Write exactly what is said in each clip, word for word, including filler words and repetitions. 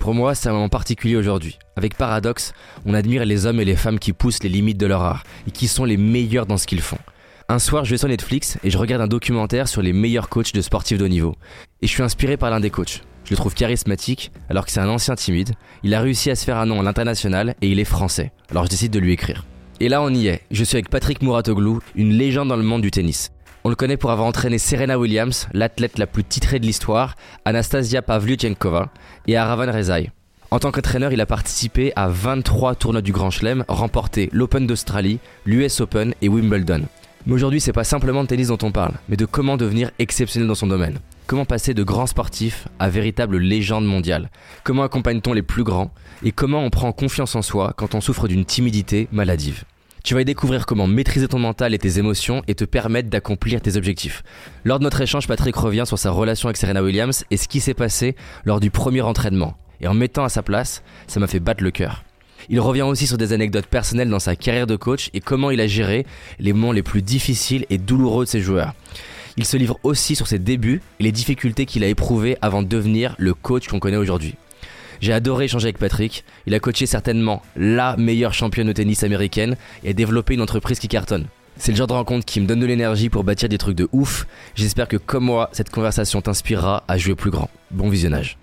Pour moi, c'est un moment particulier aujourd'hui. Avec Paradoxe, on admire les hommes et les femmes qui poussent les limites de leur art et qui sont les meilleurs dans ce qu'ils font. Un soir, je vais sur Netflix et je regarde un documentaire sur les meilleurs coachs de sportifs de haut niveau. Et je suis inspiré par l'un des coachs. Je le trouve charismatique, alors que c'est un ancien timide. Il a réussi à se faire un nom à l'international et il est français. Alors je décide de lui écrire. Et là, on y est. Je suis avec Patrick Mouratoglou, une légende dans le monde du tennis. On le connaît pour avoir entraîné Serena Williams, l'athlète la plus titrée de l'histoire, Anastasia Pavlyuchenkova et Aravan Rezai. En tant qu'entraîneur, il a participé à vingt-trois tournois du Grand Chelem, remporté l'Open d'Australie, l'U S Open et Wimbledon. Mais aujourd'hui, c'est pas simplement de tennis dont on parle, mais de comment devenir exceptionnel dans son domaine. Comment passer de grands sportifs à véritables légendes mondiales. Comment accompagne-t-on les plus grands et comment on prend confiance en soi quand on souffre d'une timidité maladive. Tu vas y découvrir comment maîtriser ton mental et tes émotions et te permettre d'accomplir tes objectifs. Lors de notre échange, Patrick revient sur sa relation avec Serena Williams et ce qui s'est passé lors du premier entraînement. Et en mettant à sa place, ça m'a fait battre le cœur. Il revient aussi sur des anecdotes personnelles dans sa carrière de coach et comment il a géré les moments les plus difficiles et douloureux de ses joueurs. Il se livre aussi sur ses débuts et les difficultés qu'il a éprouvées avant de devenir le coach qu'on connaît aujourd'hui. J'ai adoré échanger avec Patrick, il a coaché certainement la meilleure championne de tennis américaine et a développé une entreprise qui cartonne. C'est le genre de rencontre qui me donne de l'énergie pour bâtir des trucs de ouf. J'espère que comme moi, cette conversation t'inspirera à jouer plus grand. Bon visionnage.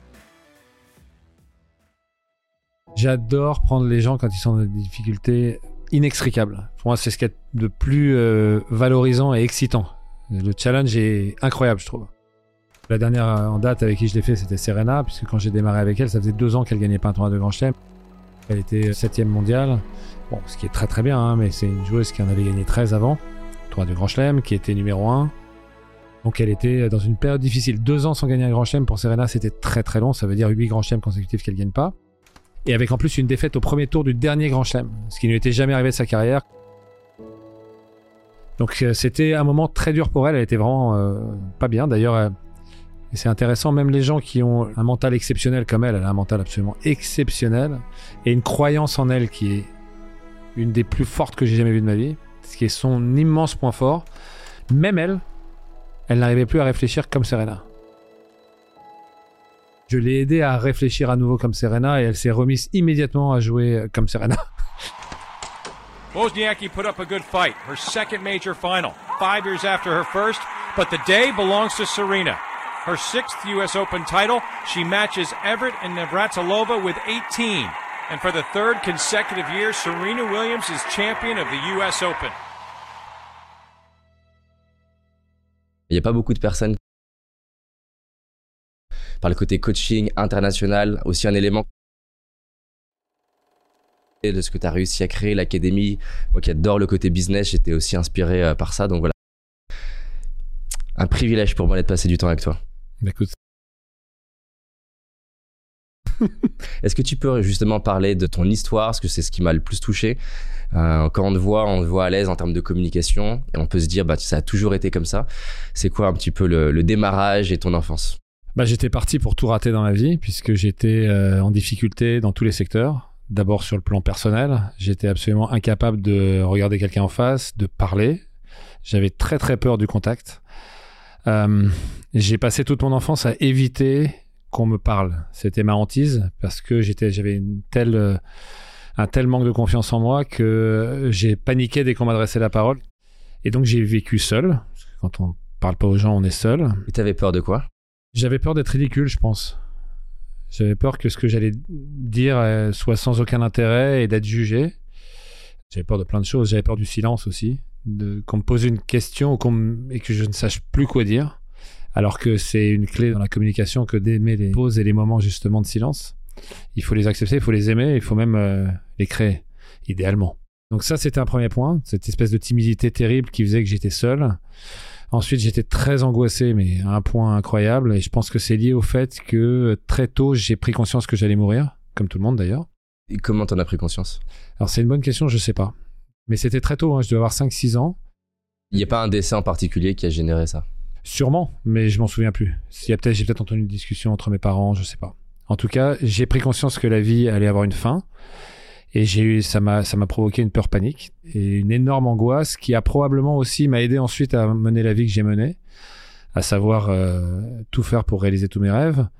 J'adore prendre les gens quand ils sont dans des difficultés inextricables. Pour moi, c'est ce qui est de plus euh, valorisant et excitant. Le challenge est incroyable, je trouve. La dernière en date avec qui je l'ai fait, c'était Serena, puisque quand j'ai démarré avec elle, ça faisait deux ans qu'elle gagnait pas un tournoi de Grand Chelem. Elle était septième mondiale, bon, ce qui est très très bien, hein, mais c'est une joueuse qui en avait gagné treize avant, tournoi de Grand Chelem, qui était numéro un. Donc elle était dans une période difficile. Deux ans sans gagner un Grand Chelem pour Serena, c'était très très long, ça veut dire huit Grand Chelem consécutifs qu'elle gagne pas. Et avec en plus une défaite au premier tour du dernier Grand Chelem, ce qui ne lui était jamais arrivé de sa carrière. Donc euh, c'était un moment très dur pour elle, elle était vraiment euh, pas bien. D'ailleurs, euh, et c'est intéressant, même les gens qui ont un mental exceptionnel comme elle, elle a un mental absolument exceptionnel et une croyance en elle qui est une des plus fortes que j'ai jamais vues de ma vie, ce qui est son immense point fort. Même elle, elle n'arrivait plus à réfléchir comme Serena. Je l'ai aidée à réfléchir à nouveau comme Serena et elle s'est remise immédiatement à jouer comme Serena. Wozniacki put up a good fight, her second major final, five years after her first, but the day belongs to Serena. Her sixth U S Open title, she matches Everett and Navratilova with eighteen. And for the third consecutive year, Serena Williams is champion of the U S Open. Il n'y a pas beaucoup de personnes par le côté coaching international, aussi un élément de ce que tu as réussi à créer, l'académie. Moi qui adore le côté business, j'étais aussi inspiré par ça. Donc voilà, un privilège pour moi d'être passé du temps avec toi. Écoute. Est-ce que tu peux justement parler de ton histoire, parce que c'est ce qui m'a le plus touché. Euh, quand on te voit, on te voit à l'aise en termes de communication et on peut se dire bah ça a toujours été comme ça. C'est quoi un petit peu le, le démarrage et ton enfance? Bah, j'étais parti pour tout rater dans ma vie puisque j'étais euh, en difficulté dans tous les secteurs. D'abord sur le plan personnel, j'étais absolument incapable de regarder quelqu'un en face, de parler. J'avais très très peur du contact. Euh, j'ai passé toute mon enfance à éviter qu'on me parle. C'était ma hantise parce que j'étais, j'avais une telle, euh, un tel manque de confiance en moi que j'ai paniqué dès qu'on m'adressait la parole. Et donc j'ai vécu seul. Parce que quand on parle pas aux gens, on est seul. Et t'avais peur de quoi? J'avais peur d'être ridicule, je pense. J'avais peur que ce que j'allais dire euh, soit sans aucun intérêt et d'être jugé. J'avais peur de plein de choses. J'avais peur du silence aussi. De, qu'on me pose une question ou qu'on me, et que je ne sache plus quoi dire. Alors que c'est une clé dans la communication que d'aimer les pauses et les moments justement de silence. Il faut les accepter, il faut les aimer, il faut même euh, les créer, idéalement. Donc ça, c'était un premier point. Cette espèce de timidité terrible qui faisait que j'étais seul. Ensuite, j'étais très angoissé, mais à un point incroyable. Et je pense que c'est lié au fait que très tôt, j'ai pris conscience que j'allais mourir, comme tout le monde d'ailleurs. Et comment t'en as pris conscience? Alors, c'est une bonne question, je sais pas. Mais c'était très tôt, hein, je devais avoir cinq six ans. Il n'y a pas un décès en particulier qui a généré ça? Sûrement, mais je m'en souviens plus. Il y a peut-être, j'ai peut-être entendu une discussion entre mes parents, je sais pas. En tout cas, j'ai pris conscience que la vie allait avoir une fin. Et j'ai eu, ça m'a, ça m'a provoqué une peur panique et une énorme angoisse qui a probablement aussi m'a aidé ensuite à mener la vie que j'ai menée, à savoir euh, tout faire pour réaliser tous mes rêves.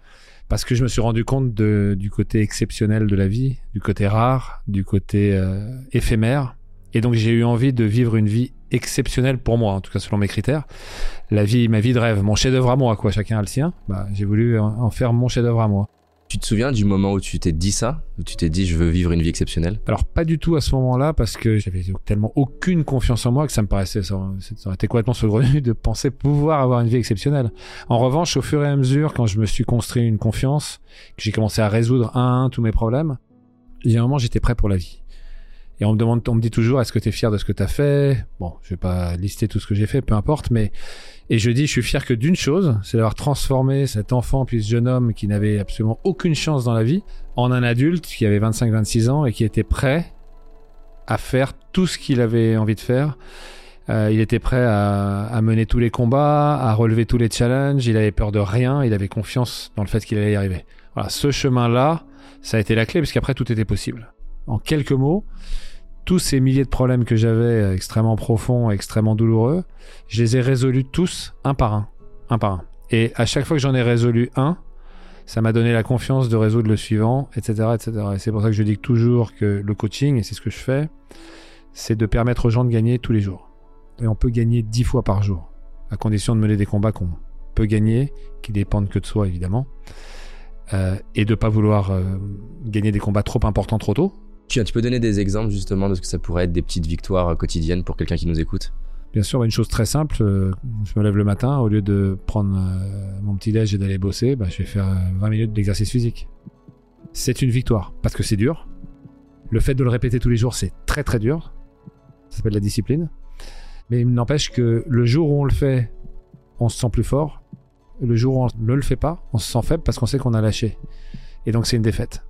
Parce que je me suis rendu compte de, du côté exceptionnel de la vie, du côté rare, du côté euh, éphémère. Et donc j'ai eu envie de vivre une vie exceptionnelle pour moi, en tout cas selon mes critères. La vie, ma vie de rêve, mon chef-d'œuvre à moi, quoi. Chacun a le sien. Bah, j'ai voulu en faire mon chef-d'œuvre à moi. Tu te souviens du moment où tu t'es dit ça, où tu t'es dit je veux vivre une vie exceptionnelle? Alors pas du tout à ce moment-là, parce que j'avais tellement aucune confiance en moi que ça me paraissait, ça, ça aurait été complètement saugrenu de penser pouvoir avoir une vie exceptionnelle. En revanche, au fur et à mesure, quand je me suis construit une confiance, que j'ai commencé à résoudre un à un tous mes problèmes, il y a un moment j'étais prêt pour la vie. Et on me demande, on me dit toujours, est-ce que t'es fier de ce que t'as fait? Bon, je vais pas lister tout ce que j'ai fait, peu importe, mais, et je dis, je suis fier que d'une chose, c'est d'avoir transformé cet enfant puis ce jeune homme qui n'avait absolument aucune chance dans la vie en un adulte qui avait vingt-cinq vingt-six ans et qui était prêt à faire tout ce qu'il avait envie de faire. Euh, il était prêt à, à mener tous les combats, à relever tous les challenges, il avait peur de rien, il avait confiance dans le fait qu'il allait y arriver. Voilà, ce chemin-là, ça a été la clé, parce qu'après tout était possible. En quelques mots, tous ces milliers de problèmes que j'avais, extrêmement profonds, extrêmement douloureux, je les ai résolus tous un par un, un par un. Et à chaque fois que j'en ai résolu un, ça m'a donné la confiance de résoudre le suivant, et cetera, et cetera. Et c'est pour ça que je dis toujours que le coaching, et c'est ce que je fais, c'est de permettre aux gens de gagner tous les jours. Et on peut gagner dix fois par jour, à condition de mener des combats qu'on peut gagner, qui dépendent que de soi évidemment, euh, et de ne pas vouloir euh, gagner des combats trop importants trop tôt. Tu, tu peux donner des exemples justement de ce que ça pourrait être des petites victoires quotidiennes pour quelqu'un qui nous écoute? Bien sûr, une chose très simple, euh, je me lève le matin, au lieu de prendre euh, mon petit-déj et d'aller bosser, bah, je vais faire euh, vingt minutes d'exercice physique. C'est une victoire, parce que c'est dur. Le fait de le répéter tous les jours, c'est très très dur. Ça s'appelle la discipline. Mais il n'empêche que le jour où on le fait, on se sent plus fort. Le jour où on ne le fait pas, on se sent faible parce qu'on sait qu'on a lâché. Et donc c'est une défaite.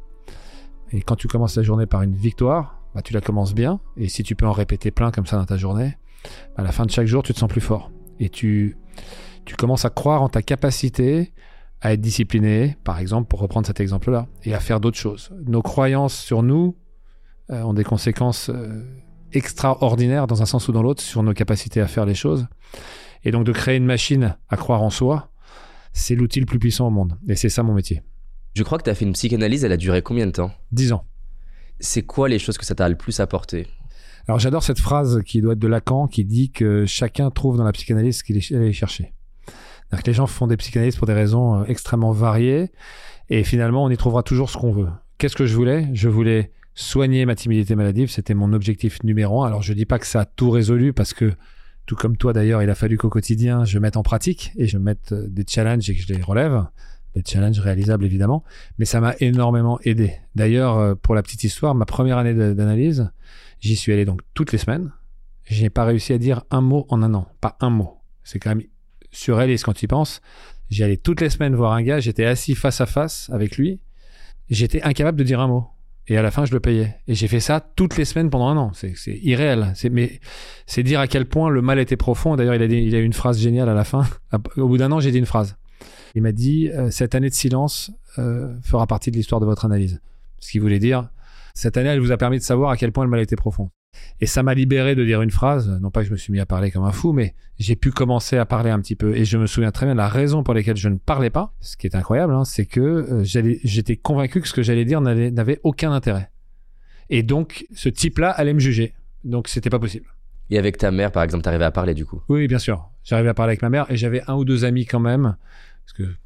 Et quand tu commences la journée par une victoire, bah, tu la commences bien. Et si tu peux en répéter plein comme ça dans ta journée, à la fin de chaque jour, tu te sens plus fort. Et tu, tu commences à croire en ta capacité à être discipliné, par exemple, pour reprendre cet exemple-là, et à faire d'autres choses. Nos croyances sur nous euh, ont des conséquences euh, extraordinaires dans un sens ou dans l'autre sur nos capacités à faire les choses. Et donc de créer une machine à croire en soi, c'est l'outil le plus puissant au monde. Et c'est ça mon métier. Je crois que tu as fait une psychanalyse, elle a duré combien de temps? Dix ans. C'est quoi les choses que ça t'a le plus apporté? Alors j'adore cette phrase qui doit être de Lacan, qui dit que chacun trouve dans la psychanalyse ce qu'il est allé chercher. C'est-à-dire que les gens font des psychanalystes pour des raisons extrêmement variées, et finalement on y trouvera toujours ce qu'on veut. Qu'est-ce que je voulais? Je voulais soigner ma timidité maladive, c'était mon objectif numéro un. Alors je dis pas que ça a tout résolu, parce que tout comme toi d'ailleurs, il a fallu qu'au quotidien je mette en pratique, et je mette des challenges et que je les relève. Des challenges réalisables évidemment, mais ça m'a énormément aidé. D'ailleurs, pour la petite histoire, ma première année d'analyse, j'y suis allé donc toutes les semaines. Je n'ai pas réussi à dire un mot en un an, pas un mot. C'est quand même surréaliste quand tu y penses. J'y allais toutes les semaines voir un gars, j'étais assis face à face avec lui, j'étais incapable de dire un mot. Et à la fin, je le payais. Et j'ai fait ça toutes les semaines pendant un an. C'est, c'est irréel. C'est, mais c'est dire à quel point le mal était profond. D'ailleurs, il a, dit, il a eu une phrase géniale à la fin. Au bout d'un an, j'ai dit une phrase. Il m'a dit euh, cette année de silence euh, fera partie de l'histoire de votre analyse. Ce qui voulait dire cette année, elle vous a permis de savoir à quel point le mal était profond. Et ça m'a libéré de dire une phrase. Non pas que je me suis mis à parler comme un fou, mais j'ai pu commencer à parler un petit peu. Et je me souviens très bien de la raison pour laquelle je ne parlais pas. Ce qui est incroyable, hein, c'est que euh, j'allais, j'étais convaincu que ce que j'allais dire n'avait, n'avait aucun intérêt. Et donc, ce type-là allait me juger. Donc, c'était pas possible. Et avec ta mère, par exemple, t'arrivais à parler du coup? Oui, bien sûr. J'arrivais à parler avec ma mère et j'avais un ou deux amis quand même. Parce que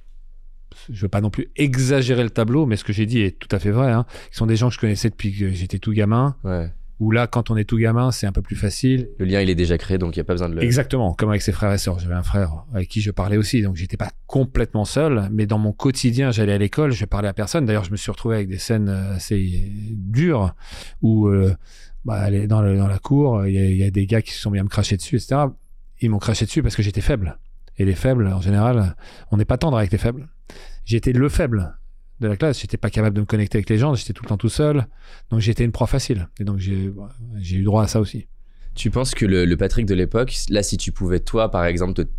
je veux pas non plus exagérer le tableau, mais ce que j'ai dit est tout à fait vrai. Hein. Ils sont des gens que je connaissais depuis que j'étais tout gamin. Ouais. Où là, quand on est tout gamin, c'est un peu plus facile. Le lien, il est déjà créé, donc il n'y a pas besoin de le... Exactement, comme avec ses frères et sœurs. J'avais un frère avec qui je parlais aussi, donc j'étais pas complètement seul, mais dans mon quotidien, j'allais à l'école, je parlais à personne. D'ailleurs, je me suis retrouvé avec des scènes assez dures où euh, bah, dans, le, dans la cour, il y, y a des gars qui se sont mis à me cracher dessus, et cetera. Ils m'ont craché dessus parce que j'étais faible. Et les faibles, en général, on n'est pas tendre avec les faibles. J'étais le faible de la classe, j'étais pas capable de me connecter avec les gens, j'étais tout le temps tout seul, donc j'étais une proie facile. Et donc j'ai, j'ai eu droit à ça aussi. Tu penses que le, le Patrick de l'époque, là, si tu pouvais, toi, par exemple, te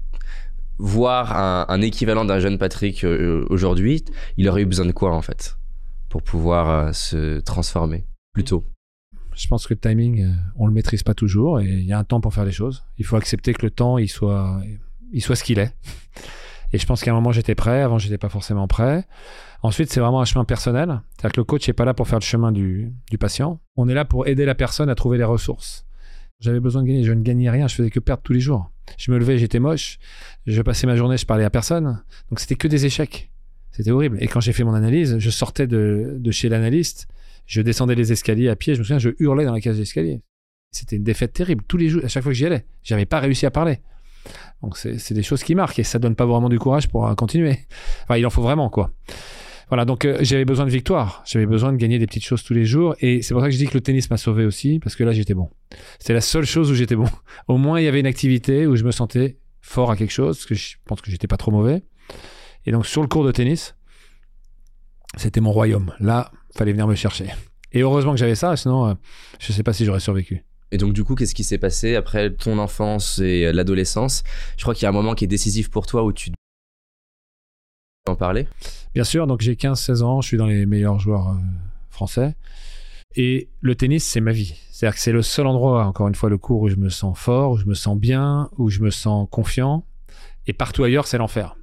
voir un, un équivalent d'un jeune Patrick euh, aujourd'hui, il aurait eu besoin de quoi, en fait, pour pouvoir euh, se transformer plus tôt? Je pense que le timing, on le maîtrise pas toujours, et il y a un temps pour faire les choses. Il faut accepter que le temps, il soit... il soit ce qu'il est. Et je pense qu'à un moment, j'étais prêt. Avant, j'étais pas forcément prêt. Ensuite, c'est vraiment un chemin personnel. C'est-à-dire que le coach n'est pas là pour faire le chemin du, du patient. On est là pour aider la personne à trouver les ressources. J'avais besoin de gagner. Je ne gagnais rien. Je faisais que perdre tous les jours. Je me levais, j'étais moche. Je passais ma journée, je parlais à personne. Donc, c'était que des échecs. C'était horrible. Et quand j'ai fait mon analyse, je sortais de, de chez l'analyste. Je descendais les escaliers à pied. Je me souviens, je hurlais dans la cage d'escalier. C'était une défaite terrible. Tous les jours, à chaque fois que j'y allais, j'avais pas réussi à parler. Donc, c'est, c'est des choses qui marquent et ça donne pas vraiment du courage pour euh, continuer. Enfin, il en faut vraiment, quoi. Voilà, donc euh, j'avais besoin de victoire. J'avais besoin de gagner des petites choses tous les jours. Et c'est pour ça que je dis que le tennis m'a sauvé aussi, parce que là, j'étais bon. C'était la seule chose où j'étais bon. Au moins, il y avait une activité où je me sentais fort à quelque chose, parce que je pense que j'étais pas trop mauvais. Et donc, sur le cours de tennis, c'était mon royaume. Là, fallait venir me chercher. Et heureusement que j'avais ça, sinon, euh, je sais pas si j'aurais survécu. Et donc du coup, qu'est-ce qui s'est passé après ton enfance et l'adolescence? Je crois qu'il y a un moment qui est décisif pour toi où tu en parler. Bien sûr, donc j'ai quinze seize ans, je suis dans les meilleurs joueurs euh, français. Et le tennis, c'est ma vie. C'est-à-dire que c'est le seul endroit, encore une fois, le cours où je me sens fort, où je me sens bien, où je me sens confiant. Et partout ailleurs, c'est l'enfer.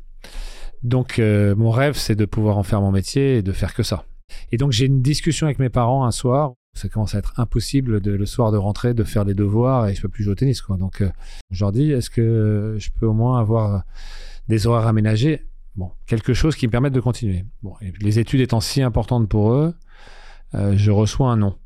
Donc euh, mon rêve, c'est de pouvoir en faire mon métier et de faire que ça. Et donc j'ai une discussion avec mes parents un soir. Ça commence à être impossible de, le soir de rentrer, de faire les devoirs et je peux plus jouer au tennis, quoi. Donc, euh, je leur dis, est-ce que je peux au moins avoir des horaires aménagés? Bon, quelque chose qui me permette de continuer. Bon, et les études étant si importantes pour eux, euh, je reçois un non.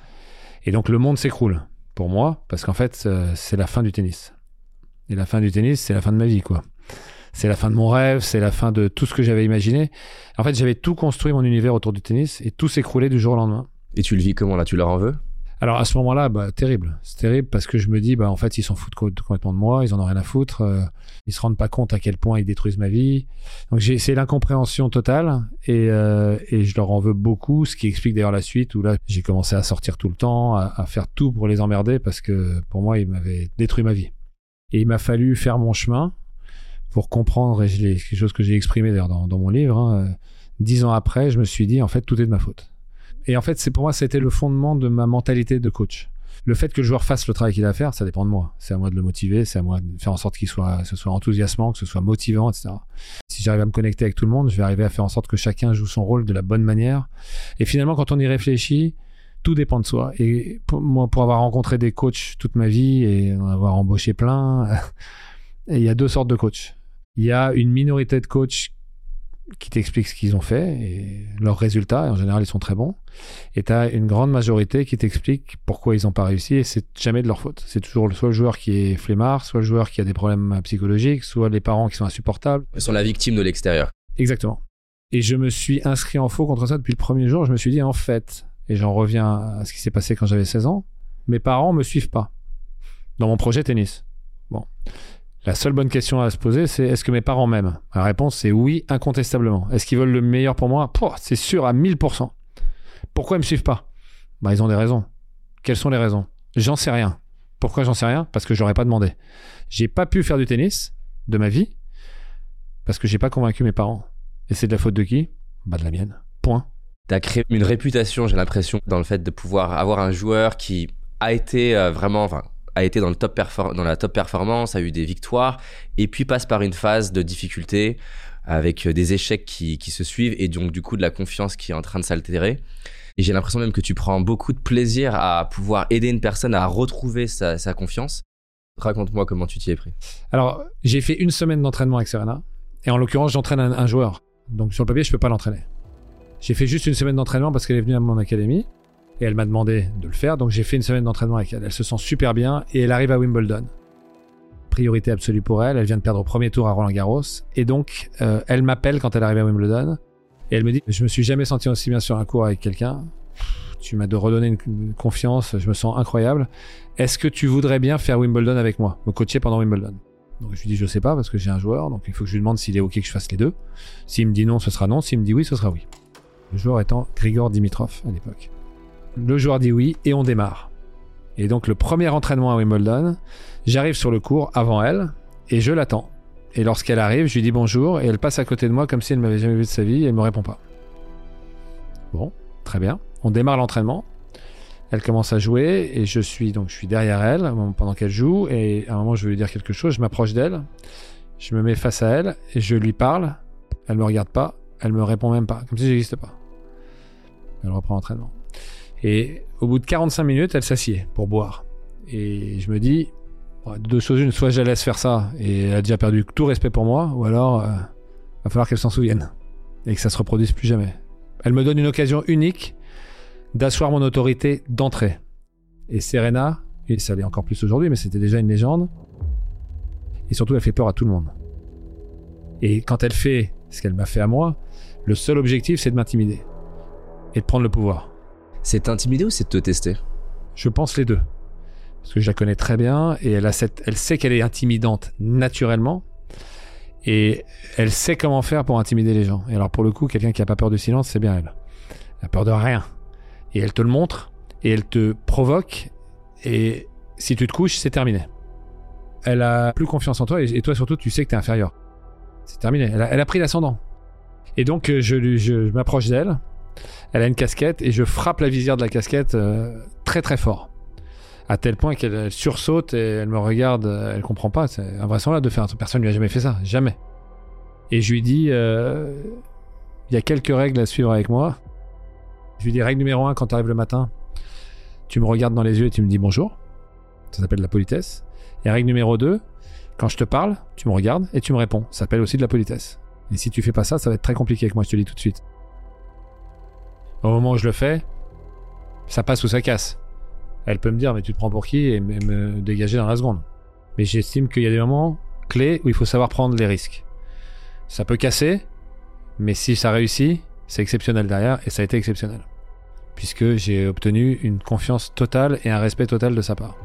Et donc, le monde s'écroule pour moi parce qu'en fait, euh, c'est la fin du tennis. Et la fin du tennis, c'est la fin de ma vie, quoi. C'est la fin de mon rêve, c'est la fin de tout ce que j'avais imaginé. En fait, j'avais tout construit mon univers autour du tennis et tout s'écroulait du jour au lendemain. Et tu le vis comment là? Tu leur en veux? Alors à ce moment-là, bah, terrible. C'est terrible parce que je me dis, bah, en fait, ils s'en foutent complètement de moi, ils en ont rien à foutre, euh, ils se rendent pas compte à quel point ils détruisent ma vie. Donc j'ai, c'est l'incompréhension totale et, euh, et je leur en veux beaucoup, ce qui explique d'ailleurs la suite où là, j'ai commencé à sortir tout le temps, à, à faire tout pour les emmerder parce que pour moi, ils m'avaient détruit ma vie. Et il m'a fallu faire mon chemin pour comprendre, et c'est quelque chose que j'ai exprimé d'ailleurs dans, dans mon livre, hein, euh, dix ans après, je me suis dit, en fait, tout est de ma faute. Et en fait, c'est pour moi, c'était le fondement de ma mentalité de coach. Le fait que le joueur fasse le travail qu'il a à faire, ça dépend de moi. C'est à moi de le motiver, c'est à moi de faire en sorte qu'il soit, que ce soit enthousiasmant, que ce soit motivant, et cetera. Si j'arrive à me connecter avec tout le monde, je vais arriver à faire en sorte que chacun joue son rôle de la bonne manière. Et finalement, quand on y réfléchit, tout dépend de soi. Et pour moi, pour avoir rencontré des coachs toute ma vie et en avoir embauché plein, il y a deux sortes de coachs. Il y a une minorité de coachs qui t'expliquent ce qu'ils ont fait et leurs résultats, et en général ils sont très bons, et tu as une grande majorité qui t'explique pourquoi ils n'ont pas réussi, et c'est jamais de leur faute. C'est toujours soit le joueur qui est flemmard, soit le joueur qui a des problèmes psychologiques, soit les parents qui sont insupportables. Ils sont la victime de l'extérieur. Exactement. Et je me suis inscrit en faux contre ça depuis le premier jour. Je me suis dit, en fait, et j'en reviens à ce qui s'est passé quand j'avais seize ans, mes parents me suivent pas dans mon projet tennis. Bon. La seule bonne question à se poser, c'est est-ce que mes parents m'aiment? La réponse, c'est oui, incontestablement. Est-ce qu'ils veulent le meilleur pour moi? Pouah, c'est sûr, à mille pour cent. Pourquoi ils me suivent pas? Bah, ils ont des raisons. Quelles sont les raisons? J'en sais rien. Pourquoi j'en sais rien? Parce que je n'aurais pas demandé. J'ai pas pu faire du tennis de ma vie parce que j'ai pas convaincu mes parents. Et c'est de la faute de qui? Bah, de la mienne. Point. Tu as créé une réputation, j'ai l'impression, dans le fait de pouvoir avoir un joueur qui a été euh, vraiment... Enfin, a été dans, le top perfor- dans la top performance, a eu des victoires, et puis passe par une phase de difficulté avec des échecs qui, qui se suivent, et donc du coup de la confiance qui est en train de s'altérer. Et j'ai l'impression même que tu prends beaucoup de plaisir à pouvoir aider une personne à retrouver sa, sa confiance. Raconte-moi comment tu t'y es pris. Alors, j'ai fait une semaine d'entraînement avec Serena, et en l'occurrence, j'entraîne un, un joueur. Donc sur le papier, je peux pas l'entraîner. J'ai fait juste une semaine d'entraînement parce qu'elle est venue à mon académie, et elle m'a demandé de le faire, donc j'ai fait une semaine d'entraînement avec elle. Elle se sent super bien et elle arrive à Wimbledon. Priorité absolue pour elle, elle vient de perdre au premier tour à Roland-Garros, et donc euh, elle m'appelle quand elle arrive à Wimbledon, et elle me dit « Je me suis jamais senti aussi bien sur un court avec quelqu'un, tu m'as de redonné une, une confiance, je me sens incroyable, est-ce que tu voudrais bien faire Wimbledon avec moi, me coacher pendant Wimbledon ?» Donc je lui dis « Je sais pas parce que j'ai un joueur, donc il faut que je lui demande s'il est ok que je fasse les deux. S'il me dit non, ce sera non, s'il me dit oui, ce sera oui. » Le joueur étant Grigor Dimitrov à l'époque. Le joueur dit oui et on démarre. Et donc le premier entraînement à Wimbledon, j'arrive sur le court avant elle et je l'attends. Et lorsqu'elle arrive, je lui dis bonjour et elle passe à côté de moi comme si elle m'avait jamais vu de sa vie et elle me répond pas. Bon, très bien. On démarre l'entraînement. Elle commence à jouer et je suis donc je suis derrière elle pendant qu'elle joue, et à un moment je veux lui dire quelque chose, je m'approche d'elle Je me mets face à elle et je lui parle. Elle me regarde pas, elle me répond même pas, comme si j'existais pas. Elle reprend l'entraînement. Et au bout de quarante-cinq minutes, elle s'assied pour boire. Et je me dis, deux choses une, soit je la laisse faire ça et elle a déjà perdu tout respect pour moi, ou alors euh, va falloir qu'elle s'en souvienne et que ça se reproduise plus jamais. Elle me donne une occasion unique d'asseoir mon autorité d'entrée. Et Serena, et ça l'est encore plus aujourd'hui, mais c'était déjà une légende, et surtout elle fait peur à tout le monde. Et quand elle fait ce qu'elle m'a fait à moi, le seul objectif c'est de m'intimider et de prendre le pouvoir. C'est t'intimider ou c'est de te tester? Je pense les deux. Parce que je la connais très bien et elle, a cette, elle sait qu'elle est intimidante naturellement et elle sait comment faire pour intimider les gens. Et alors pour le coup, quelqu'un qui n'a pas peur du silence, c'est bien elle. Elle n'a peur de rien. Et elle te le montre et elle te provoque et si tu te couches, c'est terminé. Elle a plus confiance en toi et, et toi surtout, tu sais que tu es inférieur. C'est terminé. Elle a, elle a pris l'ascendant. Et donc, je, je, je m'approche d'elle. Elle a une casquette et je frappe la visière de la casquette euh, très très fort. À tel point qu'elle elle sursaute et elle me regarde, elle comprend pas. C'est invraisemblable de faire un truc. Personne ne lui a jamais fait ça. Jamais. Et je lui dis, euh, il y a quelques règles à suivre avec moi. Je lui dis, règle numéro un, quand tu arrives le matin, tu me regardes dans les yeux et tu me dis bonjour. Ça s'appelle de la politesse. Et règle numéro deux, quand je te parle, tu me regardes et tu me réponds. Ça s'appelle aussi de la politesse. Et si tu fais pas ça, ça va être très compliqué avec moi, je te le dis tout de suite. Au moment où je le fais, ça passe ou ça casse. Elle peut me dire, mais tu te prends pour qui, et me, me dégager dans la seconde. Mais j'estime qu'il y a des moments clés où il faut savoir prendre les risques. Ça peut casser, mais si ça réussit, c'est exceptionnel derrière, et ça a été exceptionnel. Puisque j'ai obtenu une confiance totale et un respect total de sa part.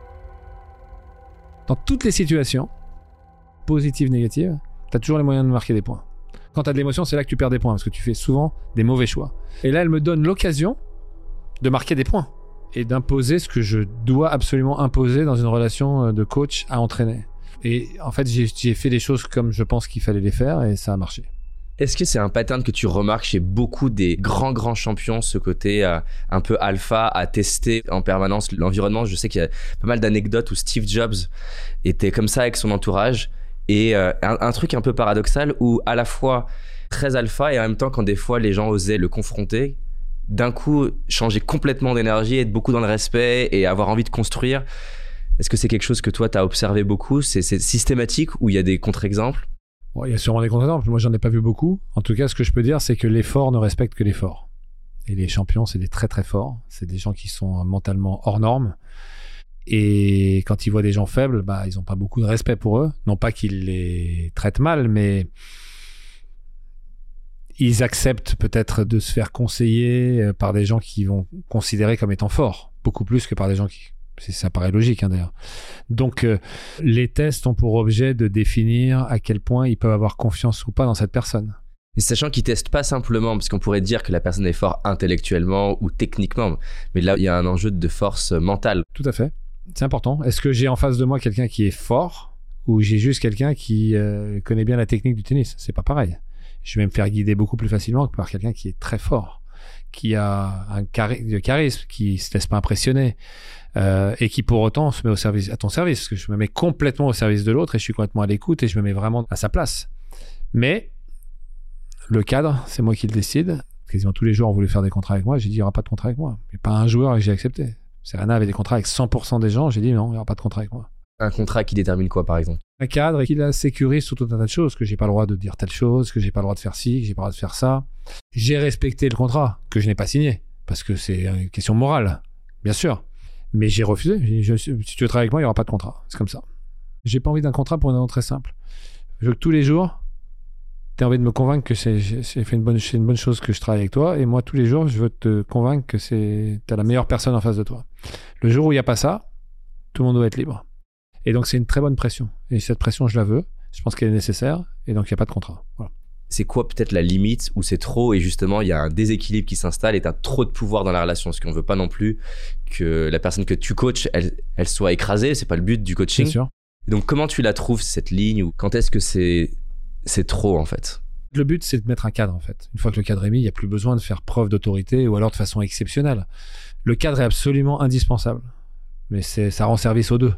Dans toutes les situations, positives, négatives, t'as toujours les moyens de marquer des points. Quand t'as de l'émotion, c'est là que tu perds des points, parce que tu fais souvent des mauvais choix. Et là, elle me donne l'occasion de marquer des points et d'imposer ce que je dois absolument imposer dans une relation de coach à entraîner. Et en fait, j'ai, j'ai fait les choses comme je pense qu'il fallait les faire et ça a marché. Est-ce que c'est un pattern que tu remarques chez beaucoup des grands, grands champions, ce côté euh, un peu alpha à tester en permanence l'environnement? Je sais qu'il y a pas mal d'anecdotes où Steve Jobs était comme ça avec son entourage. Et euh, un, un truc un peu paradoxal où à la fois très alpha et en même temps quand des fois les gens osaient le confronter, d'un coup changer complètement d'énergie, être beaucoup dans le respect et avoir envie de construire. Est-ce que c'est quelque chose que toi t'as observé beaucoup? C'est, c'est systématique ou il y a des contre-exemples? Bon, il y a sûrement des contre-exemples, moi j'en ai pas vu beaucoup. En tout cas, ce que je peux dire, c'est que les forts ne respectent que les forts. Et les champions, c'est des très très forts. C'est des gens qui sont mentalement hors normes. Et quand ils voient des gens faibles, bah, ils n'ont pas beaucoup de respect pour eux. Non pas qu'ils les traitent mal, mais ils acceptent peut-être de se faire conseiller par des gens qui vont considérer comme étant forts. Beaucoup plus que par des gens qui... Ça paraît logique, hein, d'ailleurs. Donc, euh, les tests ont pour objet de définir à quel point ils peuvent avoir confiance ou pas dans cette personne. Et sachant qu'ils testent pas simplement, parce qu'on pourrait dire que la personne est forte intellectuellement ou techniquement, mais là, il y a un enjeu de force mentale. Tout à fait. C'est important. Est-ce que j'ai en face de moi quelqu'un qui est fort ou j'ai juste quelqu'un qui euh, connaît bien la technique du tennis? C'est pas pareil. Je vais me faire guider beaucoup plus facilement que par quelqu'un qui est très fort, qui a un chari- de charisme, qui se laisse pas impressionner euh, et qui pour autant se met au service, à ton service. Parce que je me mets complètement au service de l'autre et je suis complètement à l'écoute et je me mets vraiment à sa place. Mais le cadre, c'est moi qui le décide. Quasiment tous les joueurs ont voulu faire des contrats avec moi. J'ai dit, il n'y aura pas de contrat avec moi. Il n'y a pas un joueur que j'ai accepté. Serena avait des contrats avec cent pour cent des gens. J'ai dit, non, il n'y aura pas de contrat avec moi. Un contrat qui détermine quoi, par exemple? Un cadre et qui la sécurise sur tout un tas de choses, que j'ai pas le droit de dire telle chose, que j'ai pas le droit de faire ci, que j'ai pas le droit de faire ça. J'ai respecté le contrat, que je n'ai pas signé, parce que c'est une question morale, bien sûr. Mais j'ai refusé. J'ai dit, je, si tu veux travailler avec moi, il n'y aura pas de contrat. C'est comme ça. J'ai pas envie d'un contrat pour une raison très simple. Je veux que tous les jours, tu as envie de me convaincre que c'est, c'est, fait une bonne, c'est une bonne chose que je travaille avec toi. Et moi, tous les jours, je veux te convaincre que c'est, t'as la meilleure personne en face de toi. Le jour où il n'y a pas ça, tout le monde doit être libre. Et donc, c'est une très bonne pression. Et cette pression, je la veux. Je pense qu'elle est nécessaire. Et donc, il n'y a pas de contrat. Voilà. C'est quoi peut-être la limite où c'est trop et justement, il y a un déséquilibre qui s'installe et tu as trop de pouvoir dans la relation? Parce qu'on ne veut pas non plus que la personne que tu coaches, elle, elle soit écrasée. C'est pas le but du coaching. Bien sûr. Et donc, comment tu la trouves, cette ligne? Ou quand est-ce que c'est, c'est trop, en fait? Le but, c'est de mettre un cadre, en fait. Une fois que le cadre est mis, il n'y a plus besoin de faire preuve d'autorité ou alors de façon exceptionnelle. Le cadre est absolument indispensable. Mais c'est, ça rend service aux deux.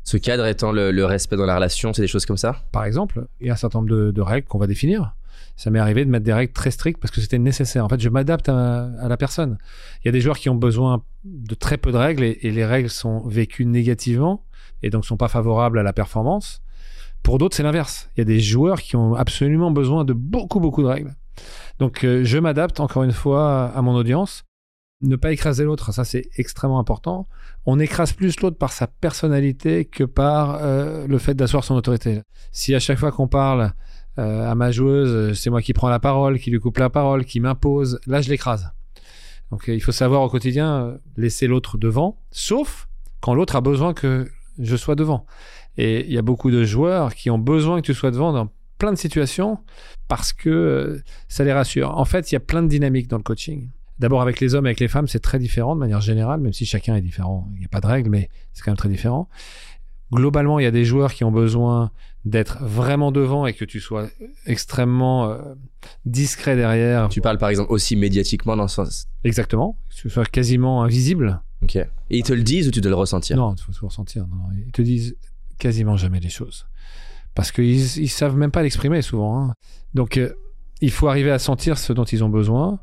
Ce cadre étant le, le respect dans la relation, c'est des choses comme ça? Par exemple, il y a un certain nombre de, de règles qu'on va définir. Ça m'est arrivé de mettre des règles très strictes parce que c'était nécessaire. En fait, je m'adapte à, à la personne. Il y a des joueurs qui ont besoin de très peu de règles et, et les règles sont vécues négativement et donc sont pas favorables à la performance. Pour d'autres, c'est l'inverse. Il y a des joueurs qui ont absolument besoin de beaucoup, beaucoup de règles. Donc, euh, je m'adapte encore une fois à mon audience. Ne pas écraser l'autre, ça c'est extrêmement important. On écrase plus l'autre par sa personnalité que par euh, le fait d'asseoir son autorité. Si à chaque fois qu'on parle euh, à ma joueuse, c'est moi qui prends la parole, qui lui coupe la parole, qui m'impose, là je l'écrase. Donc euh, il faut savoir au quotidien euh, laisser l'autre devant, sauf quand l'autre a besoin que je sois devant. Et il y a beaucoup de joueurs qui ont besoin que tu sois devant dans plein de situations parce que euh, ça les rassure. En fait, il y a plein de dynamiques dans le coaching. D'abord, avec les hommes et avec les femmes, c'est très différent de manière générale, même si chacun est différent. Il n'y a pas de règles, mais c'est quand même très différent. Globalement, il y a des joueurs qui ont besoin d'être vraiment devant et que tu sois extrêmement euh, discret derrière. Tu parles par exemple aussi médiatiquement dans ce sens? Exactement, que tu sois quasiment invisible. Ok. Et ils te le disent ou tu dois le ressentir? Non, il faut le ressentir. Non, non. Ils te disent quasiment jamais les choses. Parce qu'ils ne savent même pas l'exprimer souvent. Hein. Donc, euh, il faut arriver à sentir ce dont ils ont besoin.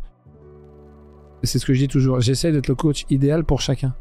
C'est ce que je dis toujours, j'essaie d'être le coach idéal pour chacun.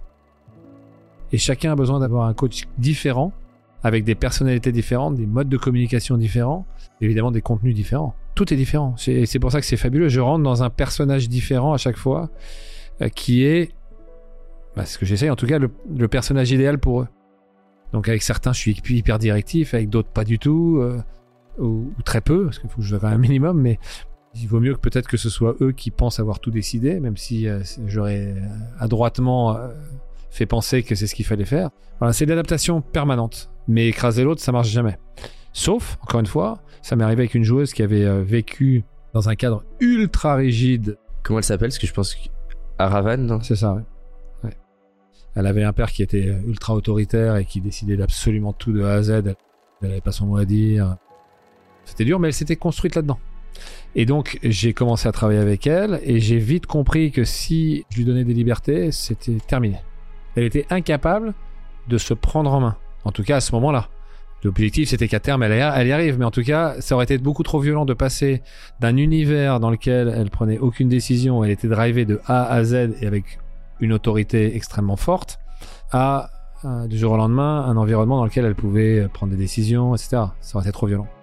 Et chacun a besoin d'avoir un coach différent, avec des personnalités différentes, des modes de communication différents, évidemment des contenus différents. Tout est différent. C'est, c'est pour ça que c'est fabuleux. Je rentre dans un personnage différent à chaque fois, euh, qui est, bah, ce que j'essaie en tout cas, le, le personnage idéal pour eux. Donc avec certains, je suis hyper directif, avec d'autres pas du tout, euh, ou, ou très peu, parce qu'il faut que je sois quand même un minimum, mais... Il vaut mieux que peut-être que ce soit eux qui pensent avoir tout décidé, même si euh, j'aurais adroitement euh, fait penser que c'est ce qu'il fallait faire. Voilà, c'est de l'adaptation permanente. Mais écraser l'autre, ça marche jamais. Sauf, encore une fois, ça m'est arrivé avec une joueuse qui avait euh, vécu dans un cadre ultra rigide. Comment elle s'appelle? Parce que je pense à Ravan, non? C'est ça, oui. Ouais. Elle avait un père qui était ultra autoritaire et qui décidait d'absolument tout de A à Z. Elle n'avait pas son mot à dire. C'était dur, mais elle s'était construite là-dedans. Et donc, j'ai commencé à travailler avec elle et j'ai vite compris que si je lui donnais des libertés, c'était terminé. Elle était incapable de se prendre en main. En tout cas, à ce moment-là. L'objectif, c'était qu'à terme, elle y, elle y arrive. Mais en tout cas, ça aurait été beaucoup trop violent de passer d'un univers dans lequel elle prenait aucune décision, elle était drivée de A à Z et avec une autorité extrêmement forte, à, euh, du jour au lendemain, un environnement dans lequel elle pouvait prendre des décisions, et cetera. Ça aurait été trop violent.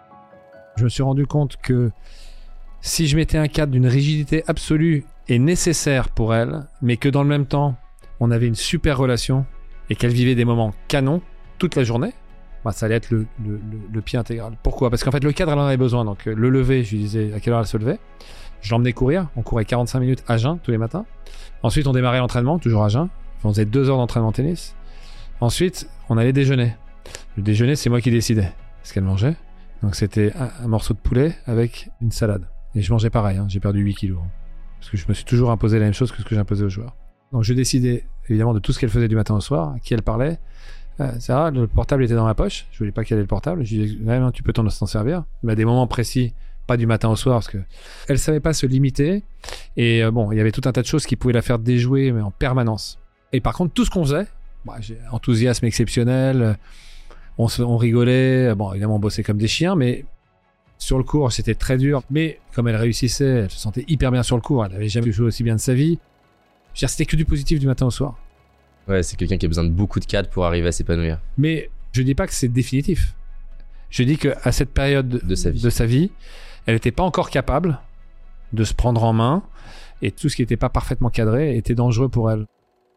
Je me suis rendu compte que si je mettais un cadre d'une rigidité absolue et nécessaire pour elle, mais que dans le même temps, on avait une super relation et qu'elle vivait des moments canons toute la journée, bah, ça allait être le, le, le, le pied intégral. Pourquoi? Parce qu'en fait, le cadre, elle en avait besoin. Donc, le lever, je lui disais à quelle heure elle se levait. Je l'emmenais courir. On courait quarante-cinq minutes à jeun tous les matins. Ensuite, on démarrait l'entraînement, toujours à jeun. On faisait deux heures d'entraînement tennis. Ensuite, on allait déjeuner. Le déjeuner, c'est moi qui décidais ce qu'elle mangeait. Donc c'était un, un morceau de poulet avec une salade. Et je mangeais pareil, hein, j'ai perdu huit kilos. Hein, parce que je me suis toujours imposé la même chose que ce que j'imposais aux joueurs. Donc je décidais évidemment de tout ce qu'elle faisait du matin au soir, à qui elle parlait. Euh, ça, le portable était dans ma poche, je voulais pas qu'elle ait le portable. Je lui disais, non, tu peux t'en, t'en servir. Mais à des moments précis, pas du matin au soir, parce que elle savait pas se limiter. Et euh, bon, il y avait tout un tas de choses qui pouvaient la faire déjouer, mais en permanence. Et par contre, tout ce qu'on faisait, bah, j'ai un enthousiasme exceptionnel. On, se, on rigolait, bon évidemment on bossait comme des chiens, mais sur le court c'était très dur. Mais comme elle réussissait, elle se sentait hyper bien sur le court, elle n'avait jamais joué aussi bien de sa vie. Je veux dire, c'était que du positif du matin au soir. Ouais, c'est quelqu'un qui a besoin de beaucoup de cadres pour arriver à s'épanouir. Mais je dis pas que c'est définitif. Je dis qu'à cette période de, de, sa vie. de sa vie, elle n'était pas encore capable de se prendre en main et tout ce qui n'était pas parfaitement cadré était dangereux pour elle.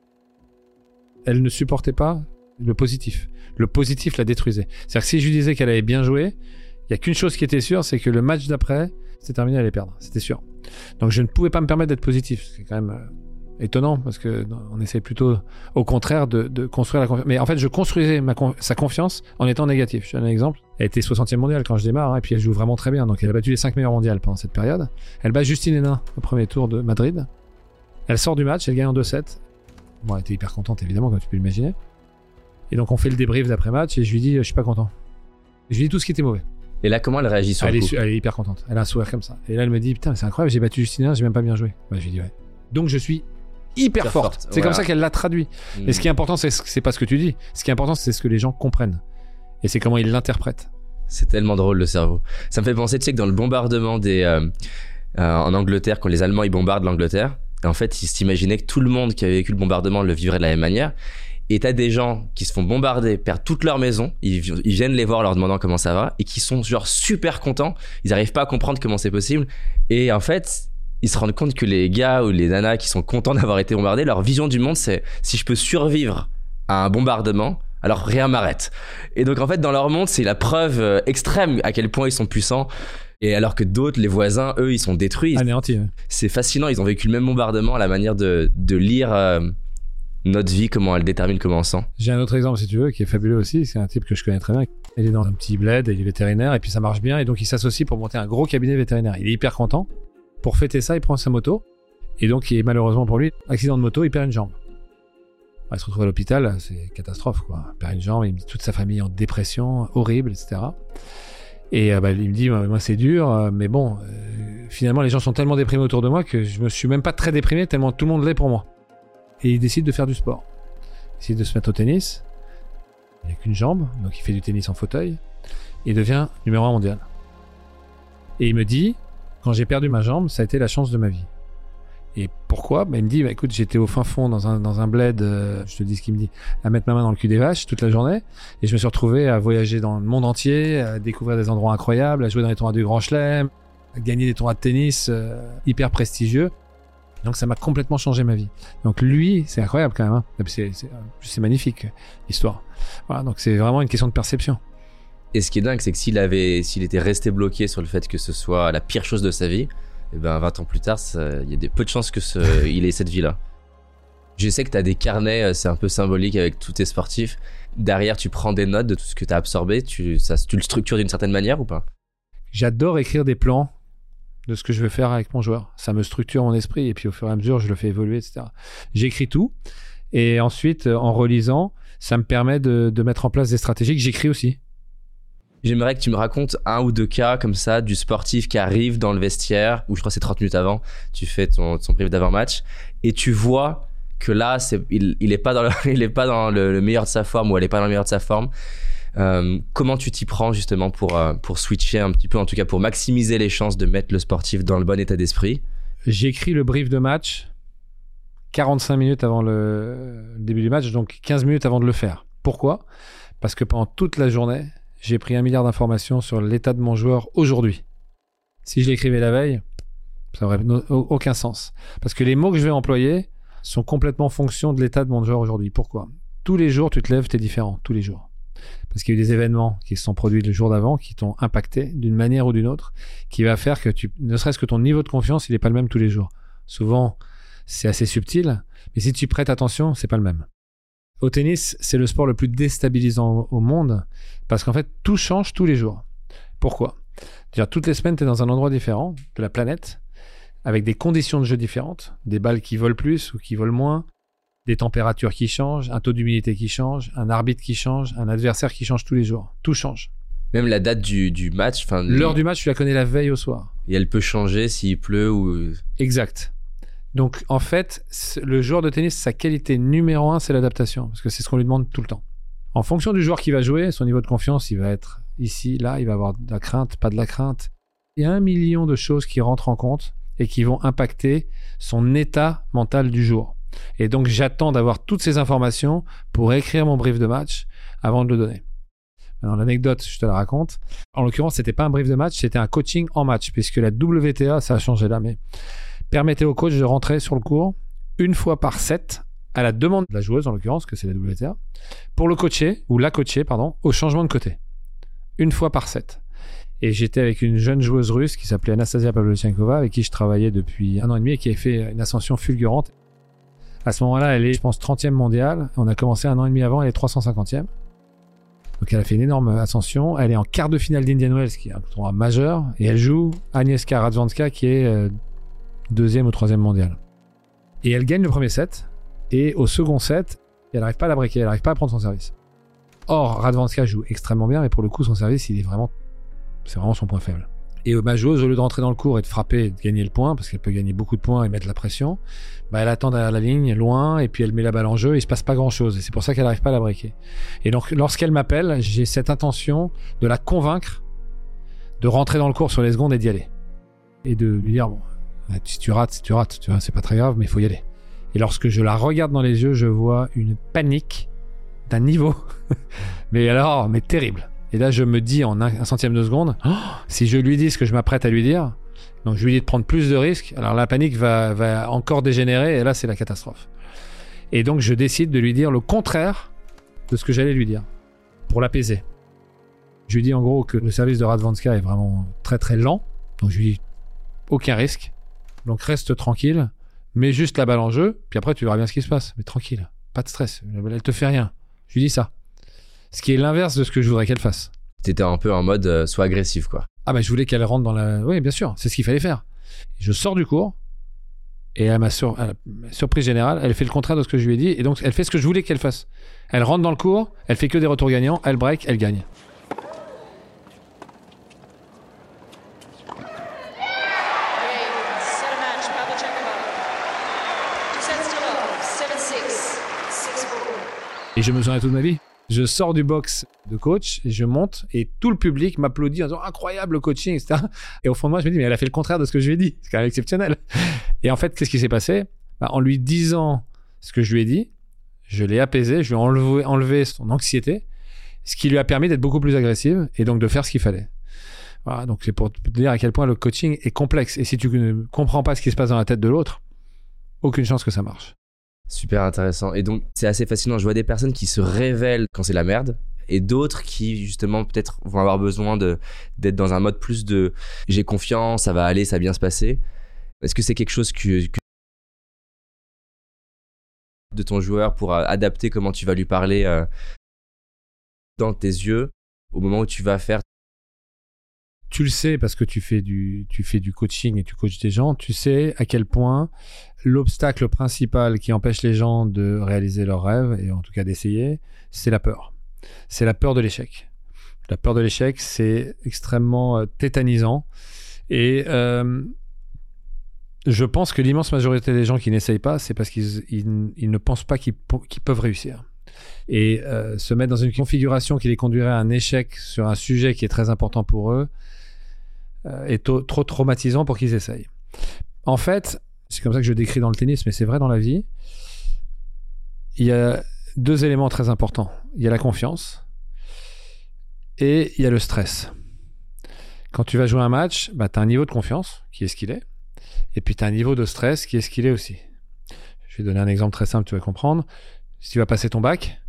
Elle ne supportait pas le positif. Le positif la détruisait. C'est-à-dire que si je lui disais qu'elle avait bien joué, il n'y a qu'une chose qui était sûre, c'est que le match d'après, c'était terminé, elle allait perdre. C'était sûr. Donc je ne pouvais pas me permettre d'être positif. C'est quand même euh, étonnant, parce qu'on essaie plutôt, au contraire, de, de construire la confiance. Mais en fait, je construisais ma con- sa confiance en étant négatif. Je te donne un exemple. Elle était soixantième mondiale quand je démarre, hein, et puis elle joue vraiment très bien. Donc elle a battu les cinq meilleures mondiales pendant cette période. Elle bat Justine Hénin au premier tour de Madrid. Elle sort du match, elle gagne en deux sept. Bon, elle était hyper contente, évidemment, comme tu peux l'imaginer. Et donc on fait le débrief d'après-match et je lui dis je suis pas content. Et je lui dis tout ce qui était mauvais. Et là, comment elle réagit sur elle le est, coup? Elle est hyper contente. Elle a un sourire comme ça. Et là elle me dit putain c'est incroyable, j'ai battu Justine, j'ai même pas bien joué. Bah, je lui dis ouais. Donc je suis hyper Très forte. forte, C'est voilà. comme ça qu'elle l'a traduit. Mm. Et ce qui est important, c'est, c'est pas ce que tu dis. Ce qui est important, c'est ce que les gens comprennent. Et c'est comment ils l'interprètent. C'est tellement drôle, le cerveau. Ça me fait penser, tu sais, que dans le bombardement des, euh, euh, en Angleterre, quand les Allemands ils bombardent l'Angleterre, en fait, ils s'imaginaient que tout le monde qui avait vécu le bombardement le vivrait de la même manière. Et t'as des gens qui se font bombarder, perdent toute leur maison, ils, ils viennent les voir en leur demandant comment ça va, et qui sont genre super contents, ils arrivent pas à comprendre comment c'est possible. Et en fait, ils se rendent compte que les gars ou les nanas qui sont contents d'avoir été bombardés, leur vision du monde, c'est si je peux survivre à un bombardement, alors rien m'arrête. Et donc en fait, dans leur monde, c'est la preuve euh, extrême à quel point ils sont puissants. Et alors que d'autres, les voisins, eux, ils sont détruits. Anéanti. Ouais. C'est fascinant, ils ont vécu le même bombardement, la manière de, de lire euh, notre vie, comment elle détermine comment on sent. J'ai un autre exemple, si tu veux, qui est fabuleux aussi. C'est un type que je connais très bien. Il est dans un petit bled, il est vétérinaire, et puis ça marche bien. Et donc il s'associe pour monter un gros cabinet vétérinaire. Il est hyper content. Pour fêter ça, il prend sa moto. Et donc, il est, malheureusement pour lui, accident de moto, il perd une jambe. Il se retrouve à l'hôpital, c'est catastrophe, quoi. Il perd une jambe, il me dit toute sa famille en dépression, horrible, et cetera. Et euh, bah, il me dit, moi c'est dur, euh, mais bon, euh, finalement les gens sont tellement déprimés autour de moi que je me suis même pas très déprimé, tellement tout le monde l'est pour moi. Et il décide de faire du sport. Il décide de se mettre au tennis. Il n'a qu'une jambe, donc il fait du tennis en fauteuil. Et il devient numéro un mondial. Et il me dit, quand j'ai perdu ma jambe, ça a été la chance de ma vie. Et pourquoi ? Bah, il me dit, bah, écoute, j'étais au fin fond dans un, dans un bled, euh, je te dis ce qu'il me dit, à mettre ma main dans le cul des vaches toute la journée. Et je me suis retrouvé à voyager dans le monde entier, à découvrir des endroits incroyables, à jouer dans les tournois du Grand Chelem, à gagner des tournois de tennis euh, hyper prestigieux. Donc ça m'a complètement changé ma vie. Donc lui, c'est incroyable quand même. Hein. C'est, c'est, c'est magnifique, l'histoire. Voilà, donc c'est vraiment une question de perception. Et ce qui est dingue, c'est que s'il avait, s'il était resté bloqué sur le fait que ce soit la pire chose de sa vie, et ben vingt ans plus tard, il y a des, peu de chances que ce, il ait cette vie-là. Je sais que tu as des carnets, c'est un peu symbolique avec tous tes sportifs. Derrière, tu prends des notes de tout ce que tu as absorbé. Tu, ça, tu le structures d'une certaine manière ou pas ? J'adore écrire des plans de ce que je veux faire avec mon joueur. Ça me structure mon esprit et puis au fur et à mesure, je le fais évoluer, et cetera. J'écris tout et ensuite, en relisant, ça me permet de, de mettre en place des stratégies que j'écris aussi. J'aimerais que tu me racontes un ou deux cas comme ça du sportif qui arrive dans le vestiaire, ou je crois que c'est trente minutes avant, tu fais ton, ton brief d'avant-match, et tu vois que là, c'est, il, il est pas dans, le, il est pas dans le, le meilleur de sa forme, ou elle est pas dans le meilleur de sa forme. Euh, comment tu t'y prends justement pour, euh, pour switcher un petit peu, en tout cas pour maximiser les chances de mettre le sportif dans le bon état d'esprit ? J'écris le brief de match quarante-cinq minutes avant le, le début du match, donc quinze minutes avant de le faire. Pourquoi ? Parce que pendant toute la journée, j'ai pris un milliard d'informations sur l'état de mon joueur aujourd'hui. Si je l'écrivais la veille, ça n'aurait no- aucun sens. Parce que les mots que je vais employer sont complètement en fonction de l'état de mon joueur aujourd'hui. Pourquoi ? Tous les jours, tu te lèves, tu es différent. Tous les jours. Parce qu'il y a eu des événements qui se sont produits le jour d'avant, qui t'ont impacté d'une manière ou d'une autre, qui va faire que, tu, ne serait-ce que ton niveau de confiance, il n'est pas le même tous les jours. Souvent, c'est assez subtil, mais si tu prêtes attention, c'est pas le même. Au tennis, c'est le sport le plus déstabilisant au monde parce qu'en fait, tout change tous les jours. Pourquoi ? C'est-à-dire, toutes les semaines, tu es dans un endroit différent de la planète avec des conditions de jeu différentes, des balles qui volent plus ou qui volent moins, des températures qui changent, un taux d'humidité qui change, un arbitre qui change, un adversaire qui change tous les jours. Tout change. Même la date du, du match, enfin l'heure du match, tu la connais la veille au soir. Et elle peut changer s'il pleut ou... Exact. Donc, en fait, le joueur de tennis, sa qualité numéro un, c'est l'adaptation. Parce que c'est ce qu'on lui demande tout le temps. En fonction du joueur qui va jouer, son niveau de confiance, il va être ici, là, il va avoir de la crainte, pas de la crainte. Il y a un million de choses qui rentrent en compte et qui vont impacter son état mental du jour. Et donc, j'attends d'avoir toutes ces informations pour écrire mon brief de match avant de le donner. Maintenant, l'anecdote, je te la raconte. En l'occurrence, c'était pas un brief de match, c'était un coaching en match, puisque la W T A, ça a changé là, mais... permettez au coach de rentrer sur le court une fois par set, à la demande de la joueuse en l'occurrence, que c'est la W T A, pour le coacher, ou la coacher, pardon, au changement de côté. Une fois par set. Et j'étais avec une jeune joueuse russe qui s'appelait Anastasia Pavlyuchenkova, avec qui je travaillais depuis un an et demi et qui avait fait une ascension fulgurante. À ce moment-là, elle est, je pense, trentième mondiale. On a commencé un an et demi avant, elle est trois cent cinquantième. Donc elle a fait une énorme ascension. Elle est en quart de finale d'Indian Wells, qui est un tournoi majeur, et elle joue Agnieszka Radwanska, qui est euh, deuxième ou troisième mondial. Et elle gagne le premier set, et au second set, elle n'arrive pas à la breaker, elle n'arrive pas à prendre son service. Or, Radwanska joue extrêmement bien, mais pour le coup, son service, il est vraiment, c'est vraiment son point faible. Et ma joueuse, au lieu de rentrer dans le court et de frapper et de gagner le point, parce qu'elle peut gagner beaucoup de points et mettre la pression, bah elle attend derrière la ligne, loin, et puis elle met la balle en jeu, et il se passe pas grand-chose. Et c'est pour ça qu'elle n'arrive pas à la breaker. Et donc, lorsqu'elle m'appelle, j'ai cette intention de la convaincre de rentrer dans le court sur les secondes et d'y aller. Et de lui dire, bon, si tu rates, si tu rates, tu vois, c'est pas très grave, mais il faut y aller. Et lorsque je la regarde dans les yeux, je vois une panique d'un niveau, mais alors, mais terrible. Et là, je me dis en un, un centième de seconde, oh, si je lui dis ce que je m'apprête à lui dire, donc je lui dis de prendre plus de risques, alors la panique va, va encore dégénérer, et là, c'est la catastrophe. Et donc, je décide de lui dire le contraire de ce que j'allais lui dire, pour l'apaiser. Je lui dis en gros que le service de Radwanska est vraiment très très lent, donc je lui dis aucun risque, donc reste tranquille, mets juste la balle en jeu, puis après tu verras bien ce qui se passe, mais tranquille, pas de stress, elle te fait rien. Je lui dis ça. Ce qui est l'inverse de ce que je voudrais qu'elle fasse. T'étais un peu en mode euh, soit agressif, quoi. Ah bah je voulais qu'elle rentre dans la... Oui, bien sûr, c'est ce qu'il fallait faire. Je sors du cours, et à ma, sur... à ma surprise générale, elle fait le contraire de ce que je lui ai dit, et donc elle fait ce que je voulais qu'elle fasse. Elle rentre dans le cours, elle fait que des retours gagnants, elle break, elle gagne. Et je me souviens toute ma vie. Je sors du box de coach et je monte et tout le public m'applaudit en disant incroyable le coaching, et cetera. Et au fond de moi, je me dis mais elle a fait le contraire de ce que je lui ai dit. C'est quand même exceptionnel. Et en fait, qu'est-ce qui s'est passé ? Bah, en lui disant ce que je lui ai dit, je l'ai apaisé, je lui ai enlevé, enlevé son anxiété, ce qui lui a permis d'être beaucoup plus agressive et donc de faire ce qu'il fallait. Voilà, donc c'est pour te dire à quel point le coaching est complexe. Et si tu ne comprends pas ce qui se passe dans la tête de l'autre, aucune chance que ça marche. Super intéressant. Et donc, c'est assez fascinant. Je vois des personnes qui se révèlent quand c'est la merde et d'autres qui, justement, peut-être vont avoir besoin de, d'être dans un mode plus de « j'ai confiance, ça va aller, ça va bien se passer ». Est-ce que c'est quelque chose que, que de ton joueur pour adapter comment tu vas lui parler euh, dans tes yeux au moment où tu vas faire? Tu le sais parce que tu fais du, tu fais du coaching et tu coaches des gens. Tu sais à quel point l'obstacle principal qui empêche les gens de réaliser leurs rêves, et en tout cas d'essayer, c'est la peur. C'est la peur de l'échec. La peur de l'échec, c'est extrêmement euh, tétanisant. Et euh, je pense que l'immense majorité des gens qui n'essayent pas, c'est parce qu'ils ils, ils ne pensent pas qu'ils, qu'ils peuvent réussir. Et euh, se mettre dans une configuration qui les conduirait à un échec sur un sujet qui est très important pour eux euh, est to- trop traumatisant pour qu'ils essayent. En fait, c'est comme ça que je décris dans le tennis, mais c'est vrai dans la vie, il y a deux éléments très importants. Il y a la confiance et il y a le stress. Quand tu vas jouer un match, bah, tu as un niveau de confiance qui est ce qu'il est, et puis tu as un niveau de stress qui est ce qu'il est aussi. Je vais donner un exemple très simple, tu vas comprendre. Si tu vas passer ton bac,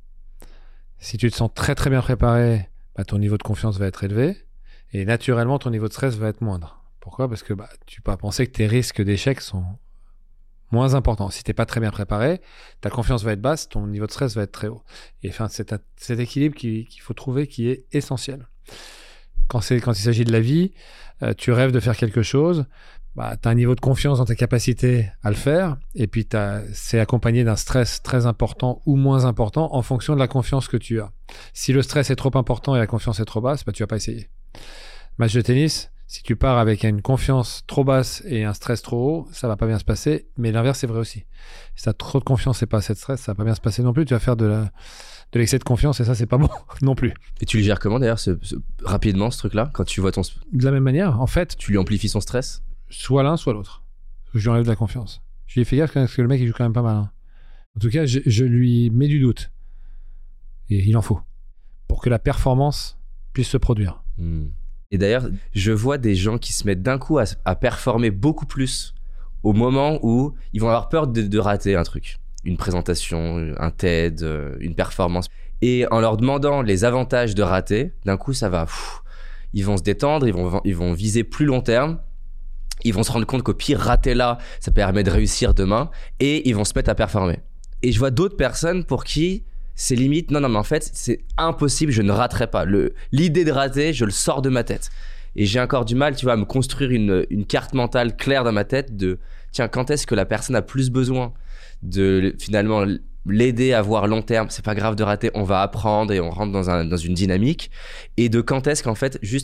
si tu te sens très très bien préparé, bah, ton niveau de confiance va être élevé et naturellement ton niveau de stress va être moindre. Pourquoi ? Parce que bah, tu peux penser que tes risques d'échec sont moins importants. Si tu n'es pas très bien préparé, ta confiance va être basse, ton niveau de stress va être très haut. Et enfin, c'est cet équilibre qu'il, qu'il faut trouver qui est essentiel. Quand, c'est, quand il s'agit de la vie, euh, tu rêves de faire quelque chose, bah, tu as un niveau de confiance dans tes capacités à le faire, et puis t'as, c'est accompagné d'un stress très important ou moins important en fonction de la confiance que tu as. Si le stress est trop important et la confiance est trop basse, bah, tu vas pas essayer. Match de tennis, si tu pars avec une confiance trop basse et un stress trop haut, ça va pas bien se passer, mais l'inverse est vrai aussi. Si tu as trop de confiance et pas assez de stress, ça va pas bien se passer non plus, tu vas faire de, la, de l'excès de confiance et ça, c'est pas bon non plus. Et tu le gères comment d'ailleurs, ce, ce, rapidement, ce truc-là, quand tu vois ton... De la même manière, en fait... Tu lui amplifies son stress ? Soit l'un, soit l'autre. Je lui enlève de la confiance. Je lui ai fait gaffe parce que le mec, il joue quand même pas mal. Hein. En tout cas, je, je lui mets du doute. Et il en faut. Pour que la performance puisse se produire. Mmh. Et d'ailleurs, je vois des gens qui se mettent d'un coup à, à performer beaucoup plus au moment où ils vont avoir peur de, de rater un truc. Une présentation, un TED, une performance. Et en leur demandant les avantages de rater, d'un coup, ça va... Pff, ils vont se détendre, ils vont, ils vont viser plus long terme. Ils vont se rendre compte qu'au pire, rater là, ça permet de réussir demain. Et ils vont se mettre à performer. Et je vois d'autres personnes pour qui c'est limite, non, non, mais en fait, c'est impossible, je ne raterai pas. Le, l'idée de rater, je le sors de ma tête. Et j'ai encore du mal, tu vois, à me construire une, une carte mentale claire dans ma tête de, tiens, quand est-ce que la personne a plus besoin de, finalement, l'aider à voir long terme, c'est pas grave de rater, on va apprendre et on rentre dans, un, dans une dynamique. Et de quand est-ce qu'en fait, juste...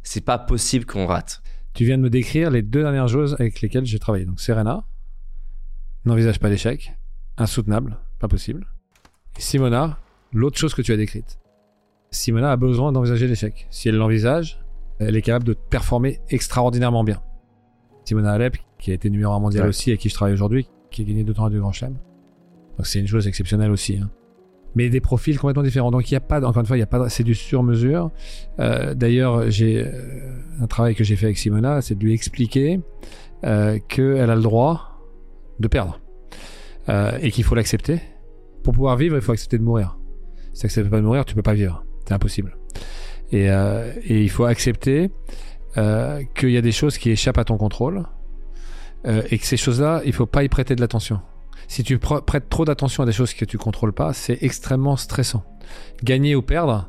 c'est pas possible qu'on rate. Tu viens de me décrire les deux dernières joueuses avec lesquelles j'ai travaillé. Donc Serena, n'envisage pas l'échec, insoutenable, pas possible. Et Simona, l'autre chose que tu as décrite. Simona a besoin d'envisager l'échec. Si elle l'envisage, elle est capable de performer extraordinairement bien. Simona Halep, qui a été numéro un mondial ouais. aussi, avec qui je travaille aujourd'hui, qui a gagné deux tournois de Grand Chelem. Donc c'est une chose exceptionnelle aussi. Hein. Mais des profils complètement différents. Donc il y a pas, encore une fois, il y a pas, c'est du sur-mesure. Euh, d'ailleurs, j'ai euh, un travail que j'ai fait avec Simona, c'est de lui expliquer euh, qu'elle a le droit de perdre euh, et qu'il faut l'accepter. Pour pouvoir vivre, il faut accepter de mourir. Si tu n'acceptes pas de mourir, tu peux pas vivre. C'est impossible. Et, euh, et il faut accepter euh, qu'il y a des choses qui échappent à ton contrôle euh, et que ces choses-là, il faut pas y prêter de l'attention. Si tu pr- prêtes trop d'attention à des choses que tu contrôles pas, c'est extrêmement stressant. Gagner ou perdre,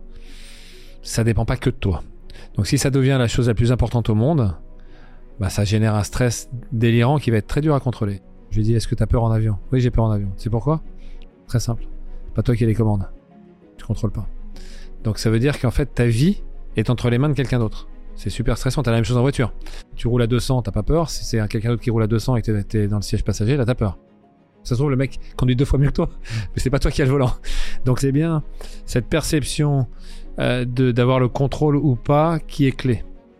ça dépend pas que de toi. Donc si ça devient la chose la plus importante au monde, bah ça génère un stress délirant qui va être très dur à contrôler. Je lui dis, est-ce que tu as peur en avion ? Oui, j'ai peur en avion. C'est pourquoi ? Très simple. Pas toi qui as les commandes. Tu contrôles pas. Donc ça veut dire qu'en fait, ta vie est entre les mains de quelqu'un d'autre. C'est super stressant. T'as la même chose en voiture. Tu roules à deux cents, t'as pas peur. Si c'est quelqu'un d'autre qui roule à deux cents et que t'es, t'es dans le siège passager, là t'as peur. Ça se trouve, le mec conduit deux fois mieux que toi, mais c'est pas toi qui as le volant. Donc c'est bien cette perception euh, de, d'avoir le contrôle ou pas qui est clé.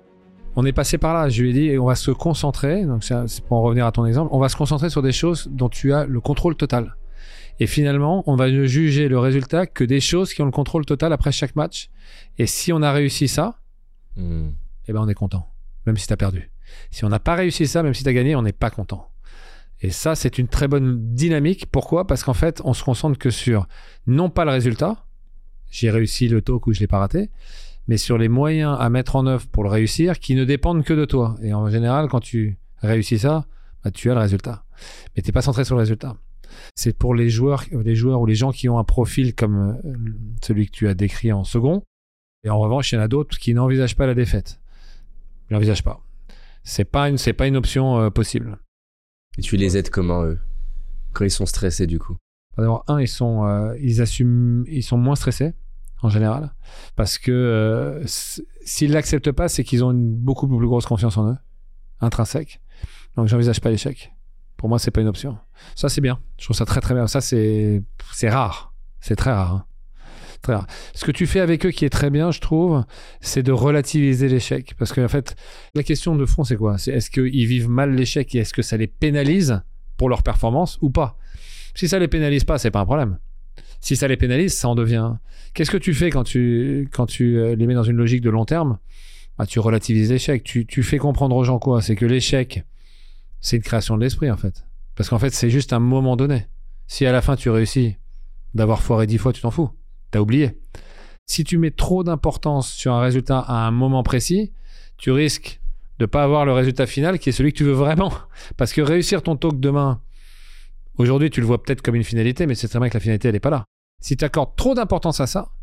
On est passé par là, je lui ai dit, et on va se concentrer, donc c'est, c'est pour en revenir à ton exemple, on va se concentrer sur des choses dont tu as le contrôle total. Et finalement, on va ne juger le résultat que des choses qui ont le contrôle total après chaque match. Et si on a réussi ça, mmh. eh ben on est content, même si t'as perdu. Si on n'a pas réussi ça, même si t'as gagné, on n'est pas content. Et ça, c'est une très bonne dynamique. Pourquoi ? Parce qu'en fait, on se concentre que sur, non pas le résultat, j'ai réussi le talk ou je l'ai pas raté, mais sur les moyens à mettre en œuvre pour le réussir qui ne dépendent que de toi. Et en général, quand tu réussis ça, bah, tu as le résultat. Mais t'es pas centré sur le résultat. C'est pour les joueurs, les joueurs ou les gens qui ont un profil comme celui que tu as décrit en second. Et en revanche, il y en a d'autres qui n'envisagent pas la défaite. Ils n'envisagent pas. C'est pas une, c'est pas une option euh, possible. Et tu les aides comment, eux, quand ils sont stressés, du coup ? D'abord, un, ils sont, euh, ils assument, ils sont moins stressés, en général, parce que euh, s'ils l'acceptent pas, c'est qu'ils ont une beaucoup plus grosse confiance en eux, intrinsèque. Donc, j'envisage pas l'échec. Pour moi, c'est pas une option. Ça, c'est bien. Je trouve ça très, très bien. Ça, c'est, c'est rare. C'est très rare. Hein. Très rare. Ce que tu fais avec eux qui est très bien, je trouve, c'est de relativiser l'échec. Parce qu'en fait, la question de fond, c'est quoi ? C'est est-ce qu'ils vivent mal l'échec et est-ce que ça les pénalise pour leur performance ou pas ? Si ça les pénalise pas, c'est pas un problème. Si ça les pénalise, ça en devient un. Qu'est-ce que tu fais quand tu, quand tu les mets dans une logique de long terme ? Bah, tu relativises l'échec. Tu, tu fais comprendre aux gens quoi ? C'est que l'échec, c'est une création de l'esprit, en fait. Parce qu'en fait, c'est juste un moment donné. Si à la fin, tu réussis d'avoir foiré dix fois, tu t'en fous. T'as oublié. Si tu mets trop d'importance sur un résultat à un moment précis, tu risques de pas avoir le résultat final qui est celui que tu veux vraiment. Parce que réussir ton talk demain, aujourd'hui, tu le vois peut-être comme une finalité, mais c'est très bien que la finalité, elle est pas là. Si tu accordes trop d'importance à ça,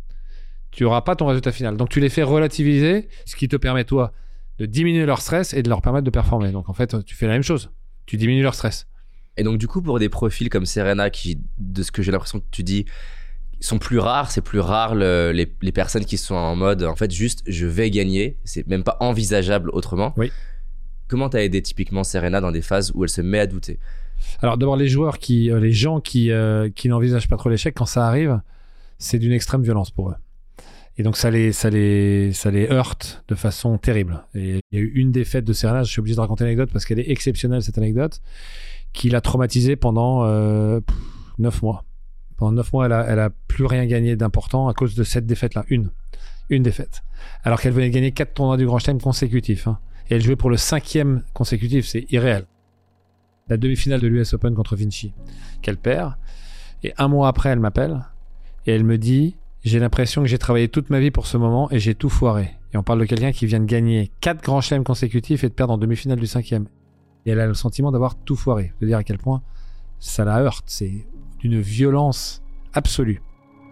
tu auras pas ton résultat final. Donc, tu les fais relativiser, ce qui te permet, toi, de diminuer leur stress et de leur permettre de performer. Donc, en fait, tu fais la même chose. Tu diminues leur stress. Et donc, du coup, pour des profils comme Serena, qui, de ce que j'ai l'impression que tu dis, sont plus rares, c'est plus rare le, les, les personnes qui sont en mode, en fait, juste, je vais gagner. C'est même pas envisageable autrement. Oui. Comment t'as aidé typiquement Serena dans des phases où elle se met à douter ? Alors, d'abord, les joueurs qui, euh, les gens qui, euh, qui n'envisagent pas trop l'échec, quand ça arrive, c'est d'une extrême violence pour eux. Et donc, ça les, ça les, ça les heurte de façon terrible. Et il y a eu une défaite de Serena, je suis obligé de raconter l'anecdote parce qu'elle est exceptionnelle, cette anecdote, qui l'a traumatisée pendant euh, neuf mois. Pendant neuf mois, elle a, elle a plus rien gagné d'important à cause de cette défaite-là. Une. Une défaite. Alors qu'elle venait de gagner quatre tournois du Grand Chelem consécutifs. Hein. Et elle jouait pour le cinquième consécutif. C'est irréel. La demi-finale de l'U S Open contre Vinci, qu'elle perd. Et un mois après, elle m'appelle. Et elle me dit, j'ai l'impression que j'ai travaillé toute ma vie pour ce moment et j'ai tout foiré. Et on parle de quelqu'un qui vient de gagner quatre Grands Chelems consécutifs et de perdre en demi-finale du cinquième. Et elle a le sentiment d'avoir tout foiré. Je veux dire à quel point ça la heurte. C'est d'une violence absolue.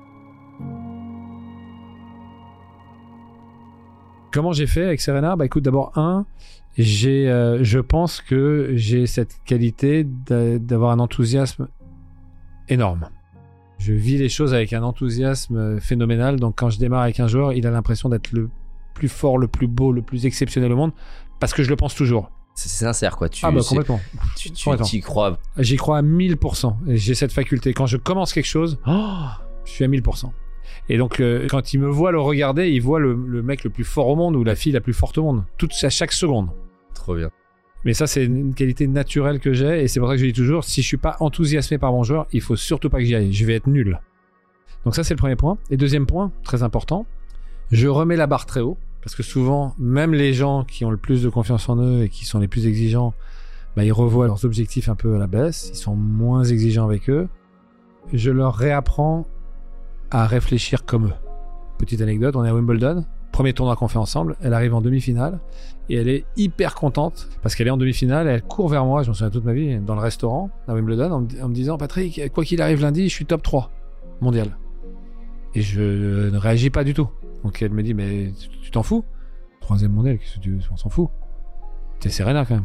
Comment j'ai fait avec Serena ? Bah écoute, d'abord, un, j'ai, euh, je pense que j'ai cette qualité d'avoir un enthousiasme énorme. Je vis les choses avec un enthousiasme phénoménal. Donc quand je démarre avec un joueur, il a l'impression d'être le plus fort, le plus beau, le plus exceptionnel au monde, parce que je le pense toujours. C'est sincère, quoi. Tu, ah bah complètement. Tu, tu, tu y crois. J'y crois à mille pour cent. Et j'ai cette faculté. Quand je commence quelque chose, oh, je suis à mille pour cent. Et donc, euh, quand il me voit le regarder, il voit le, le mec le plus fort au monde ou la fille la plus forte au monde. Tout à chaque seconde. Trop bien. Mais ça, c'est une qualité naturelle que j'ai. Et c'est pour ça que je dis toujours, si je suis pas enthousiasmé par mon joueur, il faut surtout pas que j'y aille. Je vais être nul. Donc ça, c'est le premier point. Et deuxième point, très important, je remets la barre très haut. Parce que souvent, même les gens qui ont le plus de confiance en eux et qui sont les plus exigeants, bah, ils revoient leurs objectifs un peu à la baisse. Ils sont moins exigeants avec eux. Je leur réapprends à réfléchir comme eux. Petite anecdote, on est à Wimbledon. Premier tournoi qu'on fait ensemble. Elle arrive en demi-finale et elle est hyper contente parce qu'elle est en demi-finale. Elle court vers moi, je m'en souviens toute ma vie, dans le restaurant à Wimbledon en me, en me disant « Patrick, quoi qu'il arrive lundi, je suis top trois mondial. » Et je ne réagis pas du tout. Donc elle me dit, mais tu t'en fous? Troisième mondial, qu'est-ce que tu veux? On s'en fout. T'es Serena quand même.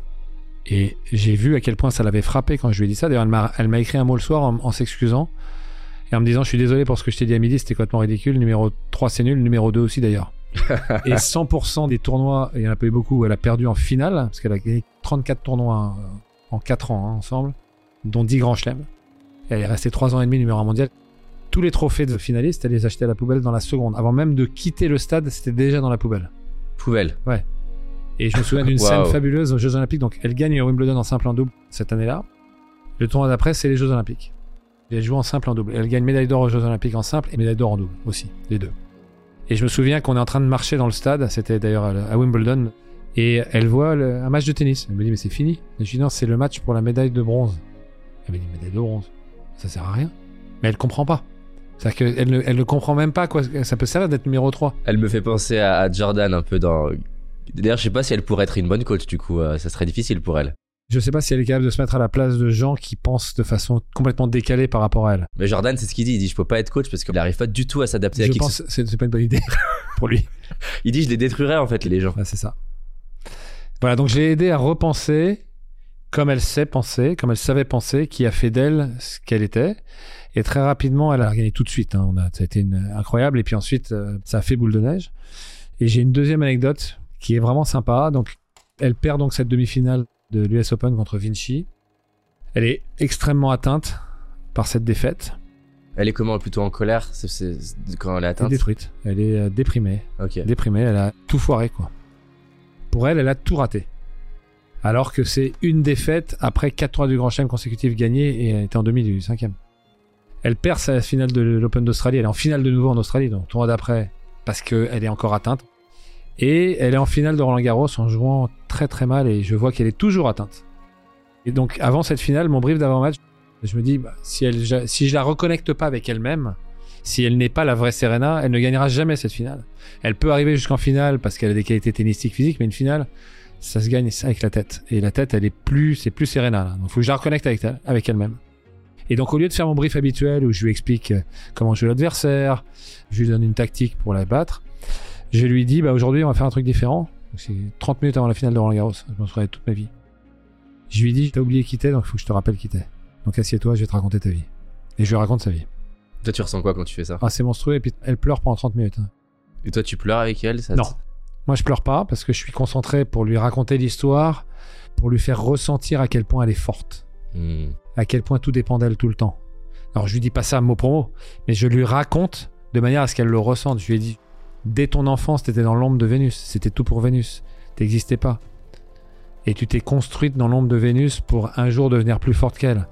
Et j'ai vu à quel point ça l'avait frappé quand je lui ai dit ça. D'ailleurs, elle m'a, elle m'a écrit un mot le soir en, en s'excusant et en me disant, je suis désolé pour ce que je t'ai dit à midi, c'était complètement ridicule. Numéro trois, c'est nul. Numéro deux aussi d'ailleurs. Et cent pour cent des tournois, il y en a pas eu beaucoup où elle a perdu en finale, parce qu'elle a gagné trente-quatre tournois en quatre ans hein, ensemble, dont dix grands chelems. Et elle est restée trois ans et demi numéro un mondial. Tous les trophées de finalistes, elle les achetait à la poubelle dans la seconde. Avant même de quitter le stade, c'était déjà dans la poubelle. Poubelle. Ouais. Et je me souviens d'une wow. scène fabuleuse aux Jeux Olympiques. Donc, elle gagne Wimbledon en simple en double cette année-là. Le tournoi d'après, c'est les Jeux Olympiques. Elle joue en simple en double. Elle gagne médaille d'or aux Jeux Olympiques en simple et médaille d'or en double aussi, les deux. Et je me souviens qu'on est en train de marcher dans le stade. C'était d'ailleurs à Wimbledon. Et elle voit le, un match de tennis. Elle me dit, mais c'est fini. Et je dis, non, c'est le match pour la médaille de bronze. Elle me dit, médaille de bronze. Ça sert à rien. Mais elle comprend pas. C'est-à-dire qu'elle ne, elle ne comprend même pas quoi ça peut servir d'être numéro trois. Elle me fait penser à, à Jordan un peu dans... D'ailleurs, je sais pas si elle pourrait être une bonne coach du coup, euh, ça serait difficile pour elle. Je sais pas si elle est capable de se mettre à la place de gens qui pensent de façon complètement décalée par rapport à elle. Mais Jordan, c'est ce qu'il dit, il dit je peux pas être coach parce qu'il arrive pas du tout à s'adapter je à qui pense que c'est, c'est pas une bonne idée pour lui. Il dit je les détruirais en fait les gens. Ouais, c'est ça. Voilà, donc je l'ai aidé à repenser comme elle sait penser, comme elle savait penser, qui a fait d'elle ce qu'elle était. Et très rapidement, elle a gagné tout de suite. Hein. On a, ça a été une, incroyable. Et puis ensuite, euh, ça a fait boule de neige. Et j'ai une deuxième anecdote qui est vraiment sympa. Donc, elle perd donc cette demi-finale de l'U S Open contre Vinci. Elle est extrêmement atteinte par cette défaite. Elle est comment? Plutôt en colère c'est, c'est, quand elle est atteinte? Elle est détruite. Elle est euh, déprimée. Ok. Déprimée. Elle a tout foiré, quoi. Pour elle, elle a tout raté. Alors que c'est une défaite après quatre tournois du Grand Chelem consécutifs gagnés et elle était en demi du cinquième. Elle perd sa finale de l'Open d'Australie. Elle est en finale de nouveau en Australie, donc tournoi d'après, parce qu'elle est encore atteinte. Et elle est en finale de Roland-Garros en jouant très très mal et je vois qu'elle est toujours atteinte. Et donc avant cette finale, mon brief d'avant-match, je me dis, bah, si, elle, si je la reconnecte pas avec elle-même, si elle n'est pas la vraie Serena, elle ne gagnera jamais cette finale. Elle peut arriver jusqu'en finale parce qu'elle a des qualités tennistiques physiques, mais une finale, ça se gagne avec la tête. Et la tête, elle est plus, c'est plus Serena, là. Donc, il faut que je la reconnecte avec elle, avec elle-même. Et donc, au lieu de faire mon brief habituel où je lui explique comment jouer l'adversaire, je lui donne une tactique pour la battre, je lui dis, bah, aujourd'hui, on va faire un truc différent. Donc, c'est trente minutes avant la finale de Roland-Garros. Je m'en souviendrai toute ma vie. Je lui dis, t'as oublié qui t'es, donc il faut que je te rappelle qui t'es. Donc, assieds-toi, je vais te raconter ta vie. Et je lui raconte sa vie. Toi, tu ressens quoi quand tu fais ça? Ah, c'est monstrueux. Et puis, elle pleure pendant trente minutes. Hein. Et toi, tu pleures avec elle ça Non. Te... Moi, je pleure pas parce que je suis concentré pour lui raconter l'histoire, pour lui faire ressentir à quel point elle est forte. Mmh. À quel point tout dépend d'elle tout le temps. Alors, je lui dis pas ça mot pour mot, mais je lui raconte de manière à ce qu'elle le ressente. Je lui ai dit, dès ton enfance, t'étais dans l'ombre de Vénus. C'était tout pour Vénus. T'existais pas. Et tu t'es construite dans l'ombre de Vénus pour un jour devenir plus forte qu'elle.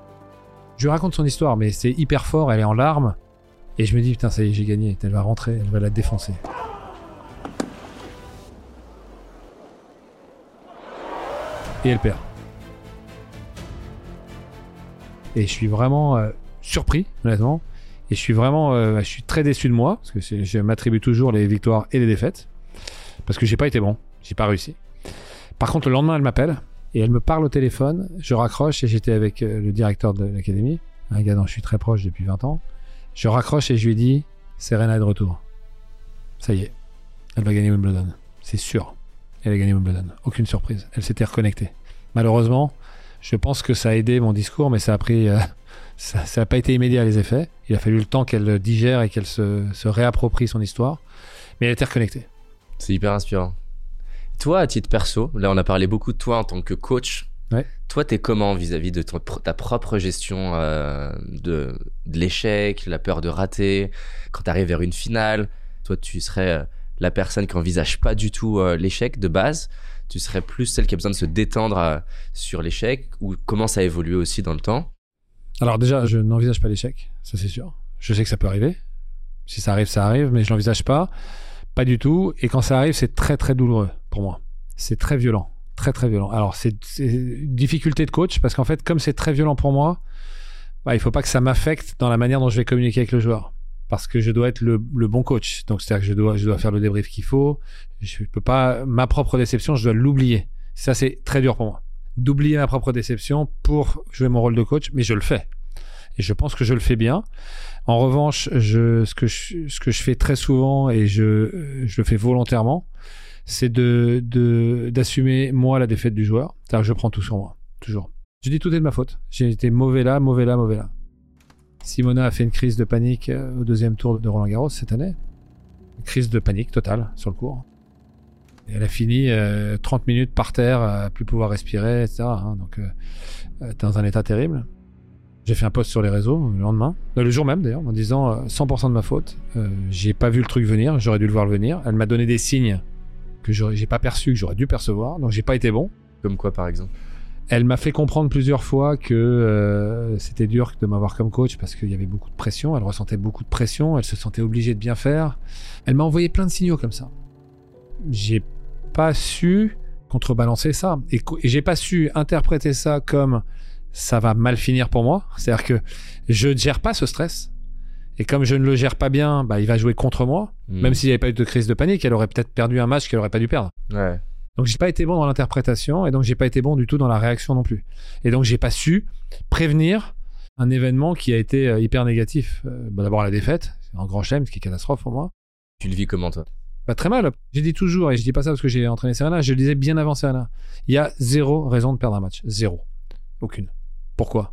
Je lui raconte son histoire, mais c'est hyper fort, elle est en larmes. Et je me dis, putain, ça y est, j'ai gagné. Elle va rentrer, elle va la défoncer. Et elle perd. Et je suis vraiment euh, surpris, honnêtement. Et je suis vraiment, euh, je suis très déçu de moi, parce que c'est, je m'attribue toujours les victoires et les défaites. Parce que j'ai pas été bon, j'ai pas réussi. Par contre, le lendemain, elle m'appelle. Et elle me parle au téléphone, je raccroche et j'étais avec le directeur de l'académie, un gars dont je suis très proche depuis vingt ans. Je raccroche et je lui dis, Serena est de retour. Ça y est, elle va gagner Wimbledon. C'est sûr, elle a gagné Wimbledon. Aucune surprise, elle s'était reconnectée. Malheureusement, je pense que ça a aidé mon discours, mais ça a pris, euh, ça n'a pas été immédiat les effets. Il a fallu le temps qu'elle digère et qu'elle se, se réapproprie son histoire. Mais elle était reconnectée. C'est hyper inspirant. Toi, à titre perso, là on a parlé beaucoup de toi en tant que coach. Ouais. Toi, t'es comment vis-à-vis de ton, ta propre gestion euh, de, de l'échec, la peur de rater, quand t'arrives vers une finale? Toi, tu serais la personne qui envisage pas du tout euh, l'échec de base. Tu serais plus celle qui a besoin de se détendre euh, sur l'échec, ou comment ça a évolué aussi dans le temps? Alors déjà, je n'envisage pas l'échec, ça c'est sûr. Je sais que ça peut arriver. Si ça arrive, ça arrive, mais je l'envisage pas. Pas du tout. Et quand ça arrive, c'est très très douloureux pour moi. C'est très violent. Très très violent. Alors c'est, c'est une difficulté de coach parce qu'en fait comme c'est très violent pour moi, bah, il faut pas que ça m'affecte dans la manière dont je vais communiquer avec le joueur, parce que je dois être le, le bon coach. Donc c'est-à-dire que je dois, je dois faire le débrief qu'il faut. Je peux pas, ma propre déception, je dois l'oublier. Ça c'est très dur pour moi, d'oublier ma propre déception pour jouer mon rôle de coach, mais je le fais et je pense que je le fais bien. En revanche, je, ce que je, ce que je fais très souvent et je, je le fais volontairement, c'est de, de, d'assumer, moi, la défaite du joueur. C'est-à-dire que je prends tout sur moi, toujours. Je dis tout est de ma faute. J'ai été mauvais là, mauvais là, mauvais là. Simona a fait une crise de panique au deuxième tour de Roland-Garros cette année. Une crise de panique totale sur le court. Et elle a fini euh, trente minutes par terre, à plus pouvoir respirer, et cetera. Hein, donc, euh, dans un état terrible. J'ai fait un post sur les réseaux le lendemain, euh, le jour même d'ailleurs, en disant euh, cent pour cent de ma faute. Euh, j'ai pas vu le truc venir, j'aurais dû le voir le venir. Elle m'a donné des signes que j'aurais, j'ai pas perçu, que j'aurais dû percevoir, donc j'ai pas été bon. Comme quoi, par exemple? Elle m'a fait comprendre plusieurs fois que euh, c'était dur de m'avoir comme coach parce qu'il y avait beaucoup de pression, elle ressentait beaucoup de pression, elle se sentait obligée de bien faire. Elle m'a envoyé plein de signaux comme ça. J'ai pas su contrebalancer ça, et, et j'ai pas su interpréter ça comme ça va mal finir pour moi, c'est-à-dire que je ne gère pas ce stress. Et comme je ne le gère pas bien, bah, il va jouer contre moi. Mmh. Même s'il n'y avait pas eu de crise de panique, elle aurait peut-être perdu un match qu'elle n'aurait pas dû perdre. Ouais. Donc, j'ai pas été bon dans l'interprétation et donc j'ai pas été bon du tout dans la réaction non plus. Et donc, j'ai pas su prévenir un événement qui a été euh, hyper négatif. Euh, bah, d'abord, la défaite, c'est un grand chelem, ce qui est catastrophe pour moi. Tu le vis comment, toi? Bah, très mal. J'ai dit toujours, et je dis pas ça parce que j'ai entraîné Serena, je le disais bien avant Serena. Il y a zéro raison de perdre un match. Zéro. Aucune. Pourquoi?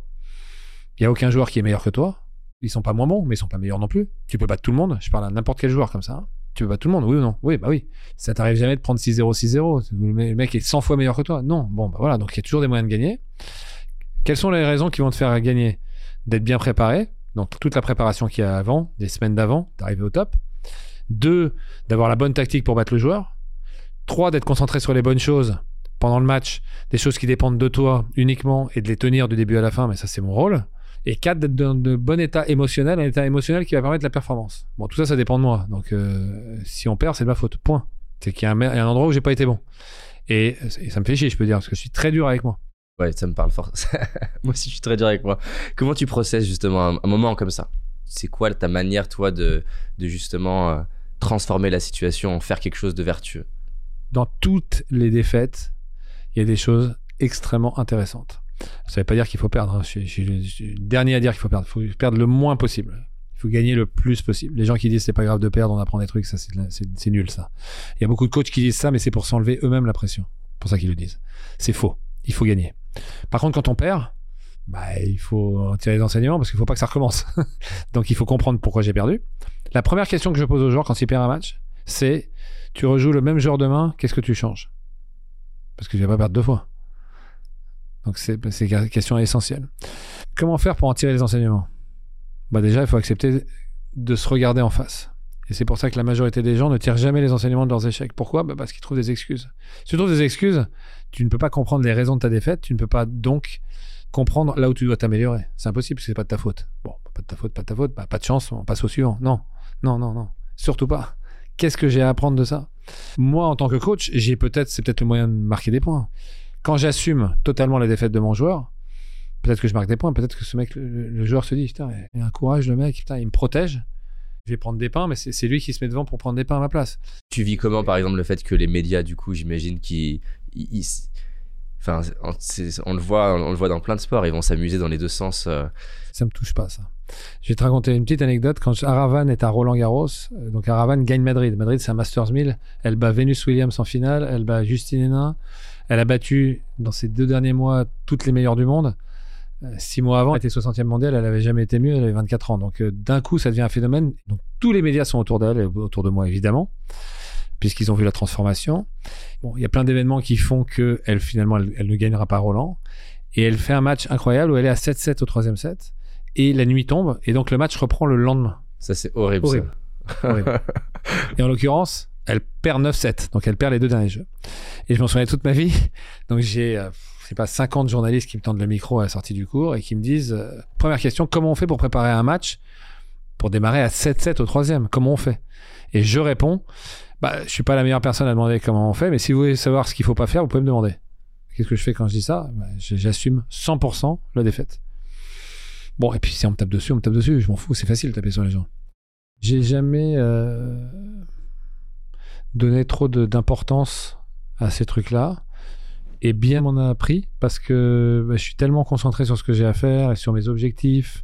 Il y a aucun joueur qui est meilleur que toi. Ils sont pas moins bons, mais ils sont pas meilleurs non plus. Tu peux battre tout le monde. Je parle à n'importe quel joueur comme ça. Hein. Tu peux battre tout le monde, oui ou non? Oui, bah oui. Ça t'arrive jamais de prendre six zéro, six zéro. Le mec est cent fois meilleur que toi. Non. Bon, bah voilà. Donc il y a toujours des moyens de gagner. Quelles sont les raisons qui vont te faire gagner? D'être bien préparé. Donc toute la préparation qu'il y a avant, des semaines d'avant, d'arriver au top. Deux, d'avoir la bonne tactique pour battre le joueur. Trois, d'être concentré sur les bonnes choses pendant le match, des choses qui dépendent de toi uniquement et de les tenir du début à la fin, mais ça c'est mon rôle. Et quatre, d'être dans de bon état émotionnel, un état émotionnel qui va permettre la performance. Bon, tout ça, ça dépend de moi. Donc, euh, si on perd, c'est de ma faute. Point. C'est qu'il y a un, un endroit où j'ai pas été bon. Et, et ça me fait chier, je peux dire, parce que je suis très dur avec moi. Ouais, ça me parle fort. Moi aussi, je suis très dur avec moi. Comment tu processes justement un, un moment comme ça? C'est quoi ta manière, toi, de, de justement euh, transformer la situation, en faire quelque chose de vertueux? Dans toutes les défaites, il y a des choses extrêmement intéressantes. Ça ne veut pas dire qu'il faut perdre. Hein. Je, je, je, je suis le dernier à dire qu'il faut perdre. Il faut perdre le moins possible. Il faut gagner le plus possible. Les gens qui disent c'est pas grave de perdre, on apprend des trucs, ça c'est, c'est, c'est nul ça. Il y a beaucoup de coachs qui disent ça, mais c'est pour s'enlever eux-mêmes la pression. C'est pour ça qu'ils le disent. C'est faux. Il faut gagner. Par contre, quand on perd, bah, il faut en tirer des enseignements parce qu'il ne faut pas que ça recommence. Donc il faut comprendre pourquoi j'ai perdu. La première question que je pose aux joueurs quand ils perdent un match, c'est tu rejoues le même joueur demain, qu'est-ce que tu changes? Parce que je ne vais pas perdre deux fois. Donc c'est, c'est une question essentielle. Comment faire pour en tirer les enseignements? Bah déjà, il faut accepter de se regarder en face. Et c'est pour ça que la majorité des gens ne tirent jamais les enseignements de leurs échecs. Pourquoi? Bah parce qu'ils trouvent des excuses. Si tu trouves des excuses, tu ne peux pas comprendre les raisons de ta défaite, tu ne peux pas donc comprendre là où tu dois t'améliorer. C'est impossible parce que c'est pas de ta faute. Bon, pas de ta faute, pas de ta faute, bah, pas de chance, on passe au suivant. Non, non, non, non. Surtout pas. Qu'est-ce que j'ai à apprendre de ça? Moi, en tant que coach, j'ai peut-être, c'est peut-être le moyen de marquer des points. Quand j'assume totalement la défaite de mon joueur, peut-être que je marque des points, peut-être que ce mec, le, le joueur se dit, putain, il a un courage, le mec, putain, il me protège. Je vais prendre des pains, mais c'est, c'est lui qui se met devant pour prendre des pains à ma place. Tu vis comment, par exemple, le fait que les médias, du coup, j'imagine qu'ils... Ils, ils, enfin, c'est, on, le voit, on le voit dans plein de sports, ils vont s'amuser dans les deux sens. Euh... Ça me touche pas, ça. Je vais te raconter une petite anecdote. Quand Aravan est à Roland-Garros, donc Aravan gagne Madrid. Madrid, c'est un Masters mille. Elle bat Venus Williams en finale, elle bat Justine Henin. Elle a battu, dans ces deux derniers mois, toutes les meilleures du monde. Euh, six mois avant, elle était soixantième mondiale, elle n'avait jamais été mieux, elle avait vingt-quatre ans. Donc euh, d'un coup, ça devient un phénomène. Donc tous les médias sont autour d'elle, et autour de moi évidemment. puisqu'ils ont vu la transformation. Bon, il y a plein d'événements qui font qu'elle, finalement, elle, elle ne gagnera pas Roland. Et elle fait un match incroyable où elle est à sept sept au troisième set. Et la nuit tombe. Et donc, le match reprend le lendemain. Ça, c'est horrible. Horrible. Ça. horrible. Et en l'occurrence, elle perd neuf sept. Donc, elle perd les deux derniers jeux. Et je m'en souviens toute ma vie. Donc, j'ai, euh, je sais pas, cinquante journalistes qui me tendent le micro à la sortie du cours et qui me disent, euh, première question, comment on fait pour préparer un match pour démarrer à sept sept au troisième? Comment on fait? Et je réponds, bah, je suis pas la meilleure personne à demander comment on fait, mais si vous voulez savoir ce qu'il faut pas faire, vous pouvez me demander. Qu'est-ce que je fais quand je dis ça? Bah, j'assume cent pour cent la défaite. Bon, et puis si on me tape dessus, on me tape dessus, je m'en fous, c'est facile de taper sur les gens. J'ai jamais euh, donné trop de, d'importance à ces trucs-là, et bien m'en a appris, parce que bah, je suis tellement concentré sur ce que j'ai à faire et sur mes objectifs.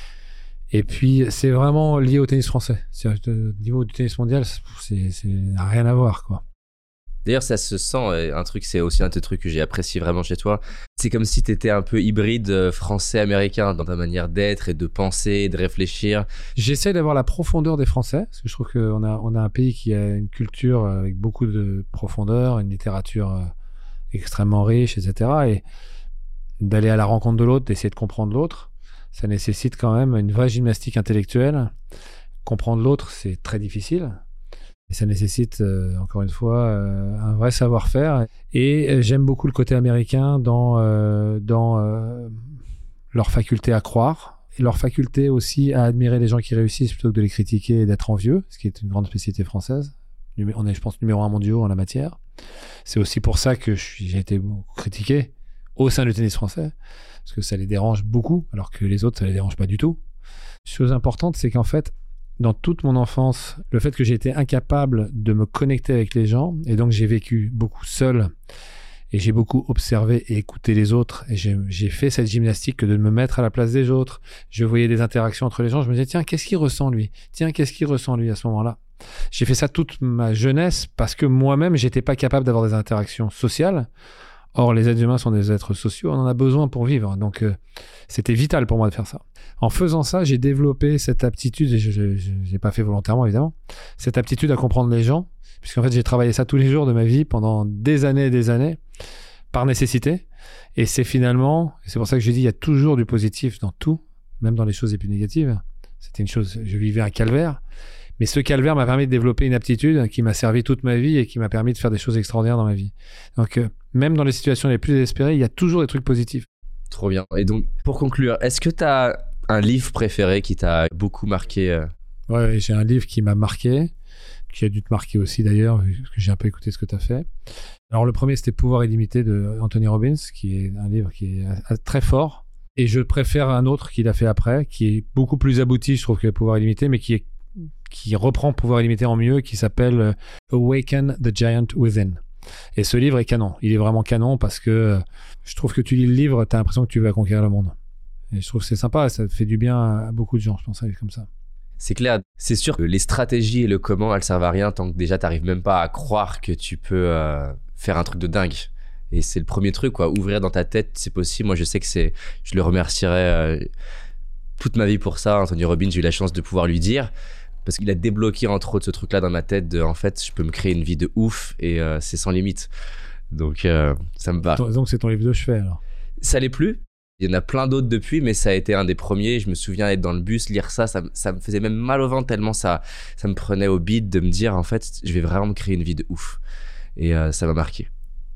Et puis, c'est vraiment lié au tennis français. C'est-à-dire, au niveau du tennis mondial, c'est, c'est rien à voir, quoi. D'ailleurs, ça se sent, un truc, c'est aussi un des trucs que j'ai apprécié vraiment chez toi. C'est comme si tu étais un peu hybride français-américain dans ta manière d'être et de penser, de réfléchir. J'essaie d'avoir la profondeur des Français, parce que je trouve qu'on a, on a un pays qui a une culture avec beaucoup de profondeur, une littérature extrêmement riche, et cetera. Et d'aller à la rencontre de l'autre, d'essayer de comprendre l'autre, ça nécessite quand même une vraie gymnastique intellectuelle. Comprendre l'autre, c'est très difficile. Et ça nécessite, euh, encore une fois, euh, un vrai savoir-faire. Et euh, j'aime beaucoup le côté américain dans, euh, dans euh, leur faculté à croire et leur faculté aussi à admirer les gens qui réussissent plutôt que de les critiquer et d'être envieux, ce qui est une grande spécialité française. On est, je pense, numéro un mondiaux en la matière. C'est aussi pour ça que je suis, j'ai été beaucoup critiqué au sein du tennis français, parce que ça les dérange beaucoup, alors que les autres, ça les dérange pas du tout. Chose importante, c'est qu'en fait, dans toute mon enfance, le fait que j'ai été incapable de me connecter avec les gens, et donc j'ai vécu beaucoup seul, et j'ai beaucoup observé et écouté les autres, et j'ai, j'ai fait cette gymnastique que de me mettre à la place des autres. Je voyais des interactions entre les gens, je me disais, tiens, qu'est-ce qu'il ressent lui? Tiens, qu'est-ce qu'il ressent lui à ce moment-là? J'ai fait ça toute ma jeunesse, parce que moi-même, j'étais pas capable d'avoir des interactions sociales. Or, les êtres humains sont des êtres sociaux, on en a besoin pour vivre. Donc, euh, c'était vital pour moi de faire ça. En faisant ça, j'ai développé cette aptitude, et je ne l'ai pas fait volontairement, évidemment, cette aptitude à comprendre les gens, puisqu'en fait, j'ai travaillé ça tous les jours de ma vie pendant des années et des années, par nécessité. Et c'est finalement, et c'est pour ça que je dis, il y a toujours du positif dans tout, même dans les choses les plus négatives. C'était une chose, je vivais un calvaire. Mais ce calvaire m'a permis de développer une aptitude qui m'a servi toute ma vie et qui m'a permis de faire des choses extraordinaires dans ma vie. Donc, euh, même dans les situations les plus désespérées, il y a toujours des trucs positifs. Trop bien. Et donc, pour conclure, est-ce que tu as un livre préféré qui t'a beaucoup marqué? euh... Ouais, j'ai un livre qui m'a marqué, qui a dû te marquer aussi d'ailleurs, parce que j'ai un peu écouté ce que tu as fait. Alors, le premier, c'était Pouvoir illimité de Anthony Robbins, qui est un livre qui est très fort. Et je préfère un autre qu'il a fait après, qui est beaucoup plus abouti, je trouve, que Pouvoir illimité, mais qui est qui reprend Pouvoir illimité en mieux, qui s'appelle Awaken the Giant Within. Et ce livre est canon. Il est vraiment canon parce que je trouve que tu lis le livre, tu as l'impression que tu vas conquérir le monde. Et je trouve que c'est sympa, ça fait du bien à beaucoup de gens, je pense, un livre comme ça. C'est clair. C'est sûr que les stratégies et le comment, elles servent à rien tant que déjà tu n'arrives même pas à croire que tu peux euh, faire un truc de dingue. Et c'est le premier truc, quoi. Ouvrir dans ta tête, c'est possible. Moi, je sais que c'est... Je le remercierai euh, toute ma vie pour ça. Anthony Robbins, j'ai eu la chance de pouvoir lui dire. Parce qu'il a débloqué entre autres ce truc-là dans ma tête de, en fait, je peux me créer une vie de ouf et euh, c'est sans limite. Donc, euh, ça me va. Donc, c'est ton livre de chevet, alors? Ça l'est plus. Il y en a plein d'autres depuis, mais ça a été un des premiers. Je me souviens être dans le bus, lire ça, ça, ça me faisait même mal au ventre tellement ça, ça me prenait au bide de me dire, en fait, je vais vraiment me créer une vie de ouf. Et euh, ça m'a marqué.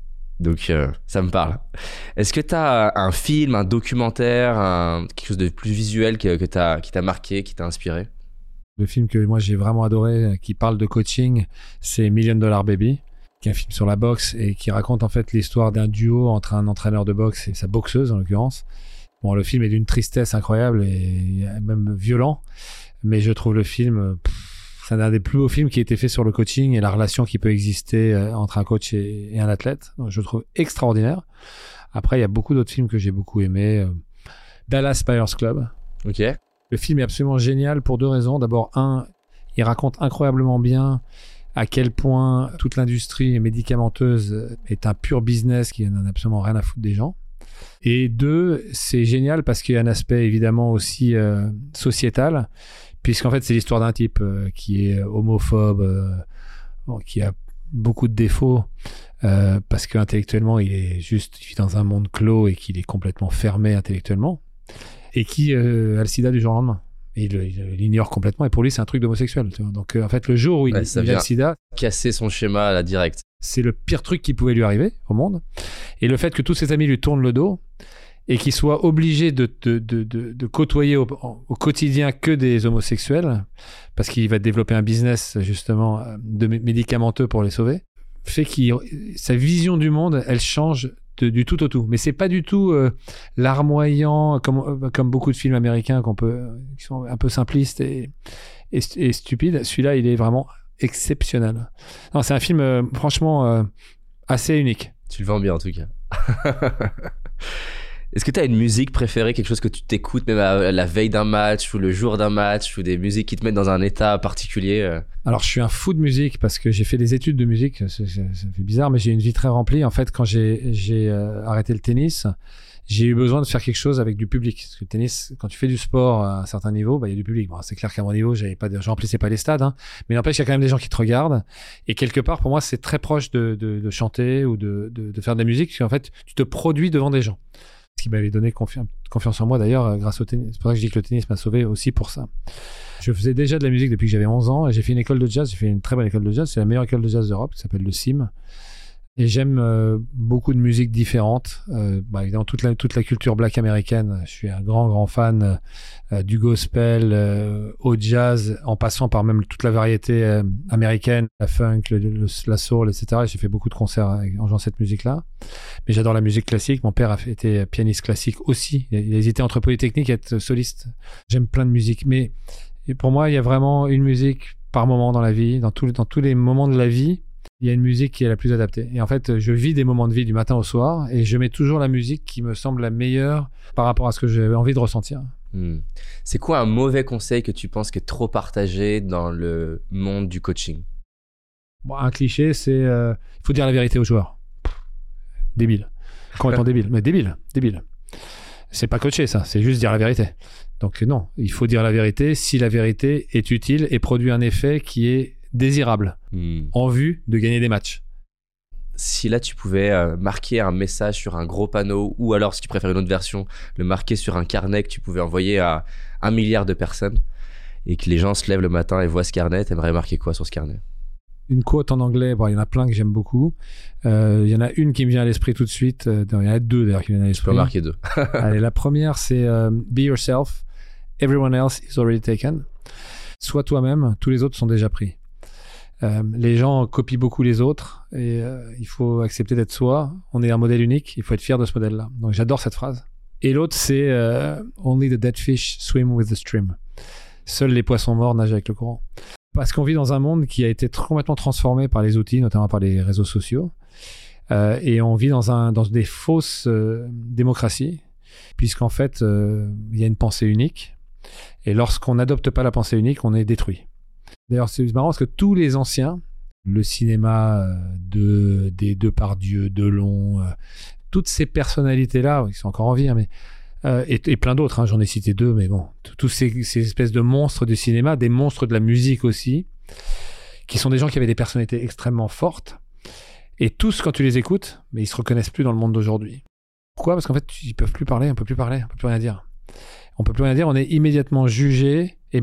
Donc, euh, ça me parle. Est-ce que tu as un film, un documentaire, un, quelque chose de plus visuel que, que t'as, qui t'a marqué, qui t'a inspiré? Le film que moi j'ai vraiment adoré, qui parle de coaching, c'est Million Dollar Baby, qui est un film sur la boxe et qui raconte en fait l'histoire d'un duo entre un entraîneur de boxe et sa boxeuse en l'occurrence. Bon, le film est d'une tristesse incroyable et même violent, mais je trouve le film, pff, c'est un des plus beaux films qui a été fait sur le coaching et la relation qui peut exister entre un coach et, et un athlète. Donc, je le trouve extraordinaire. Après, il y a beaucoup d'autres films que j'ai beaucoup aimés. Dallas Buyers Club. Ok. Le film est absolument génial pour deux raisons. D'abord, un, il raconte incroyablement bien à quel point toute l'industrie médicamenteuse est un pur business qui n'en a absolument rien à foutre des gens. Et deux, c'est génial parce qu'il y a un aspect évidemment aussi euh, sociétal, puisqu'en fait, c'est l'histoire d'un type euh, qui est homophobe, euh, bon, qui a beaucoup de défauts euh, parce qu'intellectuellement, il est juste il vit dans un monde clos et qu'il est complètement fermé intellectuellement et qui euh, a le sida du jour au lendemain. Et il, il l'ignore complètement et pour lui, c'est un truc d'homosexuel. Tu vois. Donc, euh, en fait, le jour où il, Ouais, ça il a vient le sida... casser son schéma à la directe. C'est le pire truc qui pouvait lui arriver au monde. Et le fait que tous ses amis lui tournent le dos et qu'il soit obligé de, de, de, de, de côtoyer au, au quotidien que des homosexuels, parce qu'il va développer un business justement de médicamenteux pour les sauver, fait que sa vision du monde, elle change de, du tout au tout. Mais c'est pas du tout euh, larmoyant comme, comme beaucoup de films américains qu'on peut, qui sont un peu simplistes et, et, et stupides. Celui-là, il est vraiment exceptionnel. Non, c'est un film euh, franchement euh, assez unique. Tu le vends bien en tout cas. Est-ce que tu as une musique préférée, quelque chose que tu t'écoutes même à la veille d'un match ou le jour d'un match ou des musiques qui te mettent dans un état particulier? Alors, je suis un fou de musique parce que j'ai fait des études de musique. Ça, ça, ça fait bizarre, mais j'ai une vie très remplie. En fait, quand j'ai, j'ai euh, arrêté le tennis, j'ai eu besoin de faire quelque chose avec du public. Parce que le tennis, quand tu fais du sport à un certain niveau, bah, il y a du public. Bon, c'est clair qu'à mon niveau, j'avais pas de, je remplissais pas les stades, hein, mais n'empêche, il y a quand même des gens qui te regardent. Et quelque part, pour moi, c'est très proche de, de, de chanter ou de, de, de faire de la musique. Parce qu'en fait, tu te produis devant des gens. Ce qui m'avait donné confi- confiance en moi d'ailleurs grâce au tennis. C'est pour ça que je dis que le tennis m'a sauvé aussi pour ça. Je faisais déjà de la musique depuis que j'avais onze ans et j'ai fait une école de jazz. J'ai fait une très bonne école de jazz. C'est la meilleure école de jazz d'Europe qui s'appelle le C I M. Et j'aime euh, beaucoup de musiques différentes. Euh, bah, évidemment, toute la, toute la culture black américaine. Je suis un grand, grand fan euh, du gospel, euh, au jazz, en passant par même toute la variété euh, américaine, la funk, le, le, la soul, et cetera. Et j'ai fait beaucoup de concerts avec, en jouant cette musique-là. Mais j'adore la musique classique. Mon père a fait, été pianiste classique aussi. Il a, il a hésité entre polytechnique et être soliste. J'aime plein de musique. Mais pour moi, il y a vraiment une musique par moment dans la vie, dans, tout, dans tous les moments de la vie. Il y a une musique qui est la plus adaptée. Et en fait, je vis des moments de vie du matin au soir et je mets toujours la musique qui me semble la meilleure par rapport à ce que j'avais envie de ressentir. Hmm. C'est quoi un mauvais conseil que tu penses qui est trop partagé dans le monde du coaching? Bon, un cliché, c'est il euh, faut dire la vérité aux joueurs. Pff, débile. Complètement débile. Mais débile. Débile. C'est pas coacher, ça. C'est juste dire la vérité. Donc non, il faut dire la vérité si la vérité est utile et produit un effet qui est désirable mmh. en vue de gagner des matchs. Si là tu pouvais euh, marquer un message sur un gros panneau ou alors si tu préfères une autre version, le marquer sur un carnet que tu pouvais envoyer à un milliard de personnes et que les gens se lèvent le matin et voient ce carnet, t'aimerais marquer quoi sur ce carnet? Une quote en anglais, bon, il y en a plein que j'aime beaucoup. Euh, il y en a une qui me vient à l'esprit tout de suite. Euh, il y en a deux d'ailleurs qui me viennent à l'esprit. Je peux en marquer deux. Allez, la première c'est euh, Be yourself, everyone else is already taken. Sois toi-même, tous les autres sont déjà pris. Euh, les gens copient beaucoup les autres et euh, il faut accepter d'être soi. On est un modèle unique, il faut être fier de ce modèle-là. Donc j'adore cette phrase. Et l'autre c'est euh, Only the dead fish swim with the stream. Seuls les poissons morts nagent avec le courant. Parce qu'on vit dans un monde qui a été tr- complètement transformé par les outils, notamment par les réseaux sociaux. Euh, et on vit dans, un, dans des fausses euh, démocraties, puisqu'en fait, euh, il y a une pensée unique. Et lorsqu'on n'adopte pas la pensée unique, on est détruit. D'ailleurs, c'est marrant parce que tous les anciens, le cinéma euh, de, des Depardieu, Delon, euh, toutes ces personnalités-là, qui sont encore en vie, hein, mais, euh, et, et plein d'autres, hein, j'en ai cité deux, mais bon, tous ces, ces espèces de monstres du cinéma, des monstres de la musique aussi, qui sont des gens qui avaient des personnalités extrêmement fortes, et tous, quand tu les écoutes, mais ils se reconnaissent plus dans le monde d'aujourd'hui. Pourquoi ? Parce qu'en fait, ils peuvent plus parler, on peut plus parler, on peut plus rien dire. On peut plus rien dire, on est immédiatement jugé et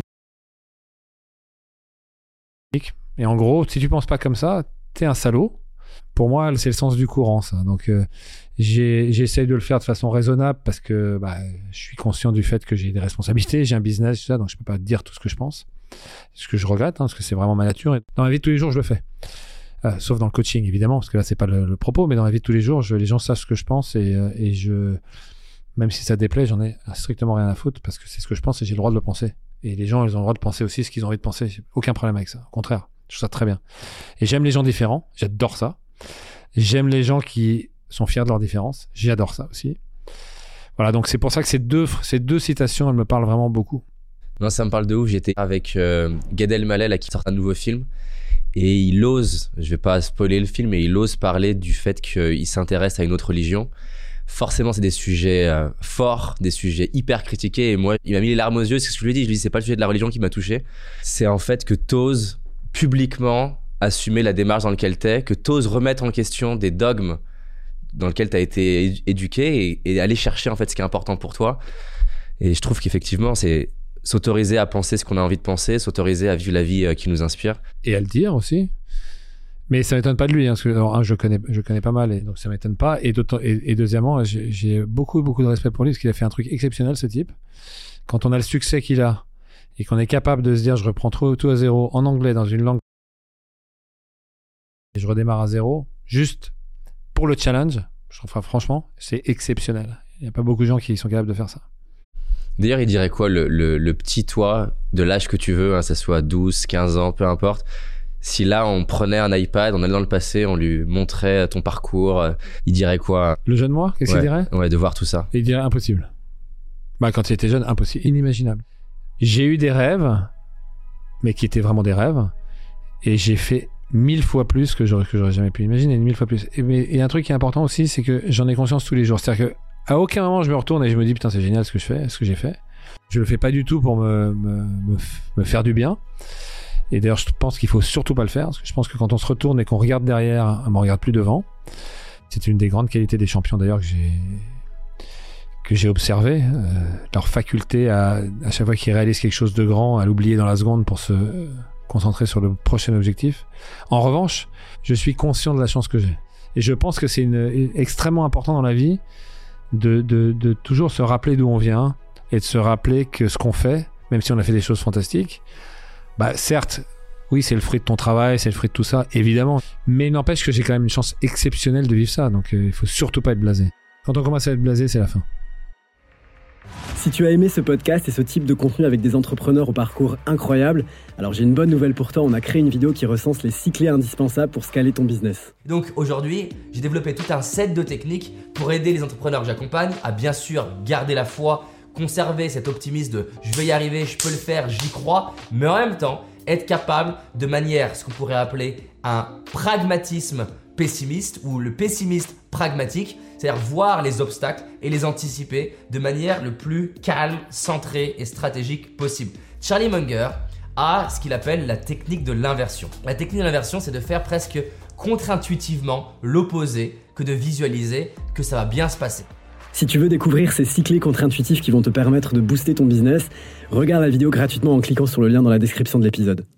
Et en gros, si tu penses pas comme ça, t'es un salaud. Pour moi, c'est le sens du courant, ça. Donc, euh, j'ai, j'essaye de le faire de façon raisonnable parce que bah, je suis conscient du fait que j'ai des responsabilités, j'ai un business, tout ça, donc je peux pas dire tout ce que je pense. Ce que je regrette, hein, parce que c'est vraiment ma nature. Et dans la vie de tous les jours, je le fais. Euh, sauf dans le coaching, évidemment, parce que là, c'est pas le, le propos, mais dans la vie de tous les jours, je, les gens savent ce que je pense et, euh, et je, même si ça déplaît, j'en ai strictement rien à foutre parce que c'est ce que je pense et j'ai le droit de le penser. Et les gens, ils ont le droit de penser aussi ce qu'ils ont envie de penser. J'ai aucun problème avec ça. Au contraire. Je trouve ça très bien. Et j'aime les gens différents. J'adore ça. J'aime les gens qui sont fiers de leurs différences. J'adore ça aussi. Voilà, donc c'est pour ça que ces deux, ces deux citations, elles me parlent vraiment beaucoup. Non, ça me parle de ouf. J'étais avec euh, Gad Elmaleh là, qui sort un nouveau film. Et il ose, je vais pas spoiler le film, mais il ose parler du fait qu'il s'intéresse à une autre religion. Forcément, c'est des sujets euh, forts, des sujets hyper critiqués. Et moi, il m'a mis les larmes aux yeux. C'est ce que je lui ai dit. Je lui ai dit, c'est pas le sujet de la religion qui m'a touché. C'est en fait que t'oses publiquement assumer la démarche dans laquelle t'es, que t'oses remettre en question des dogmes dans lesquels t'as été é- éduqué et, et aller chercher en fait ce qui est important pour toi. Et je trouve qu'effectivement, c'est s'autoriser à penser ce qu'on a envie de penser, s'autoriser à vivre la vie euh, qui nous inspire. Et à le dire aussi. Mais ça m'étonne pas de lui, hein, parce que alors, un, je connais, je connais pas mal, et donc ça m'étonne pas. Et, et, et deuxièmement, j'ai, j'ai beaucoup, beaucoup de respect pour lui, parce qu'il a fait un truc exceptionnel, ce type. Quand on a le succès qu'il a, et qu'on est capable de se dire, je reprends tout, tout à zéro en anglais, dans une langue, et je redémarre à zéro, juste pour le challenge, je trouve franchement, c'est exceptionnel. Il n'y a pas beaucoup de gens qui sont capables de faire ça. D'ailleurs, il dirait quoi, le, le, le petit toi, de l'âge que tu veux, hein, ça soit douze, quinze ans, peu importe. Si là, on prenait un iPad, on allait dans le passé, on lui montrait ton parcours, euh, il dirait quoi? Le jeune moi, qu'est-ce ouais, qu'il dirait? Ouais, de voir tout ça. Il dirait impossible. Bah, quand il était jeune, impossible, inimaginable. J'ai eu des rêves, mais qui étaient vraiment des rêves, et j'ai fait mille fois plus que j'aurais, que j'aurais jamais pu imaginer, mille fois plus. Et, mais, et un truc qui est important aussi, c'est que j'en ai conscience tous les jours. C'est-à-dire que à aucun moment je me retourne et je me dis putain c'est génial ce que je fais, ce que j'ai fait. Je le fais pas du tout pour me, me, me, me faire du bien. Et d'ailleurs je pense qu'il faut surtout pas le faire, parce que je pense que quand on se retourne et qu'on regarde derrière, on ne regarde plus devant. C'est une des grandes qualités des champions d'ailleurs que j'ai que j'ai observé, euh, leur faculté à à chaque fois qu'ils réalisent quelque chose de grand, à l'oublier dans la seconde pour se euh, concentrer sur le prochain objectif. En revanche, je suis conscient de la chance que j'ai. Et je pense que c'est une, extrêmement important dans la vie de, de, de toujours se rappeler d'où on vient et de se rappeler que ce qu'on fait, même si on a fait des choses fantastiques, bah certes, oui, c'est le fruit de ton travail, c'est le fruit de tout ça, évidemment. Mais il n'empêche que j'ai quand même une chance exceptionnelle de vivre ça. Donc euh, il faut surtout pas être blasé. Quand on commence à être blasé, c'est la fin. Si tu as aimé ce podcast et ce type de contenu avec des entrepreneurs au parcours incroyable, alors j'ai une bonne nouvelle pour toi, on a créé une vidéo qui recense les six clés indispensables pour scaler ton business. Donc aujourd'hui, j'ai développé tout un set de techniques pour aider les entrepreneurs que j'accompagne à bien sûr garder la foi, conserver cet optimisme de « je vais y arriver, je peux le faire, j'y crois », mais en même temps, être capable de manière, ce qu'on pourrait appeler un pragmatisme pessimiste ou le pessimiste pragmatique, c'est-à-dire voir les obstacles et les anticiper de manière le plus calme, centrée et stratégique possible. Charlie Munger a ce qu'il appelle la technique de l'inversion. La technique de l'inversion, c'est de faire presque contre-intuitivement l'opposé que de visualiser que ça va bien se passer. Si tu veux découvrir ces six clés contre-intuitives qui vont te permettre de booster ton business, regarde la vidéo gratuitement en cliquant sur le lien dans la description de l'épisode.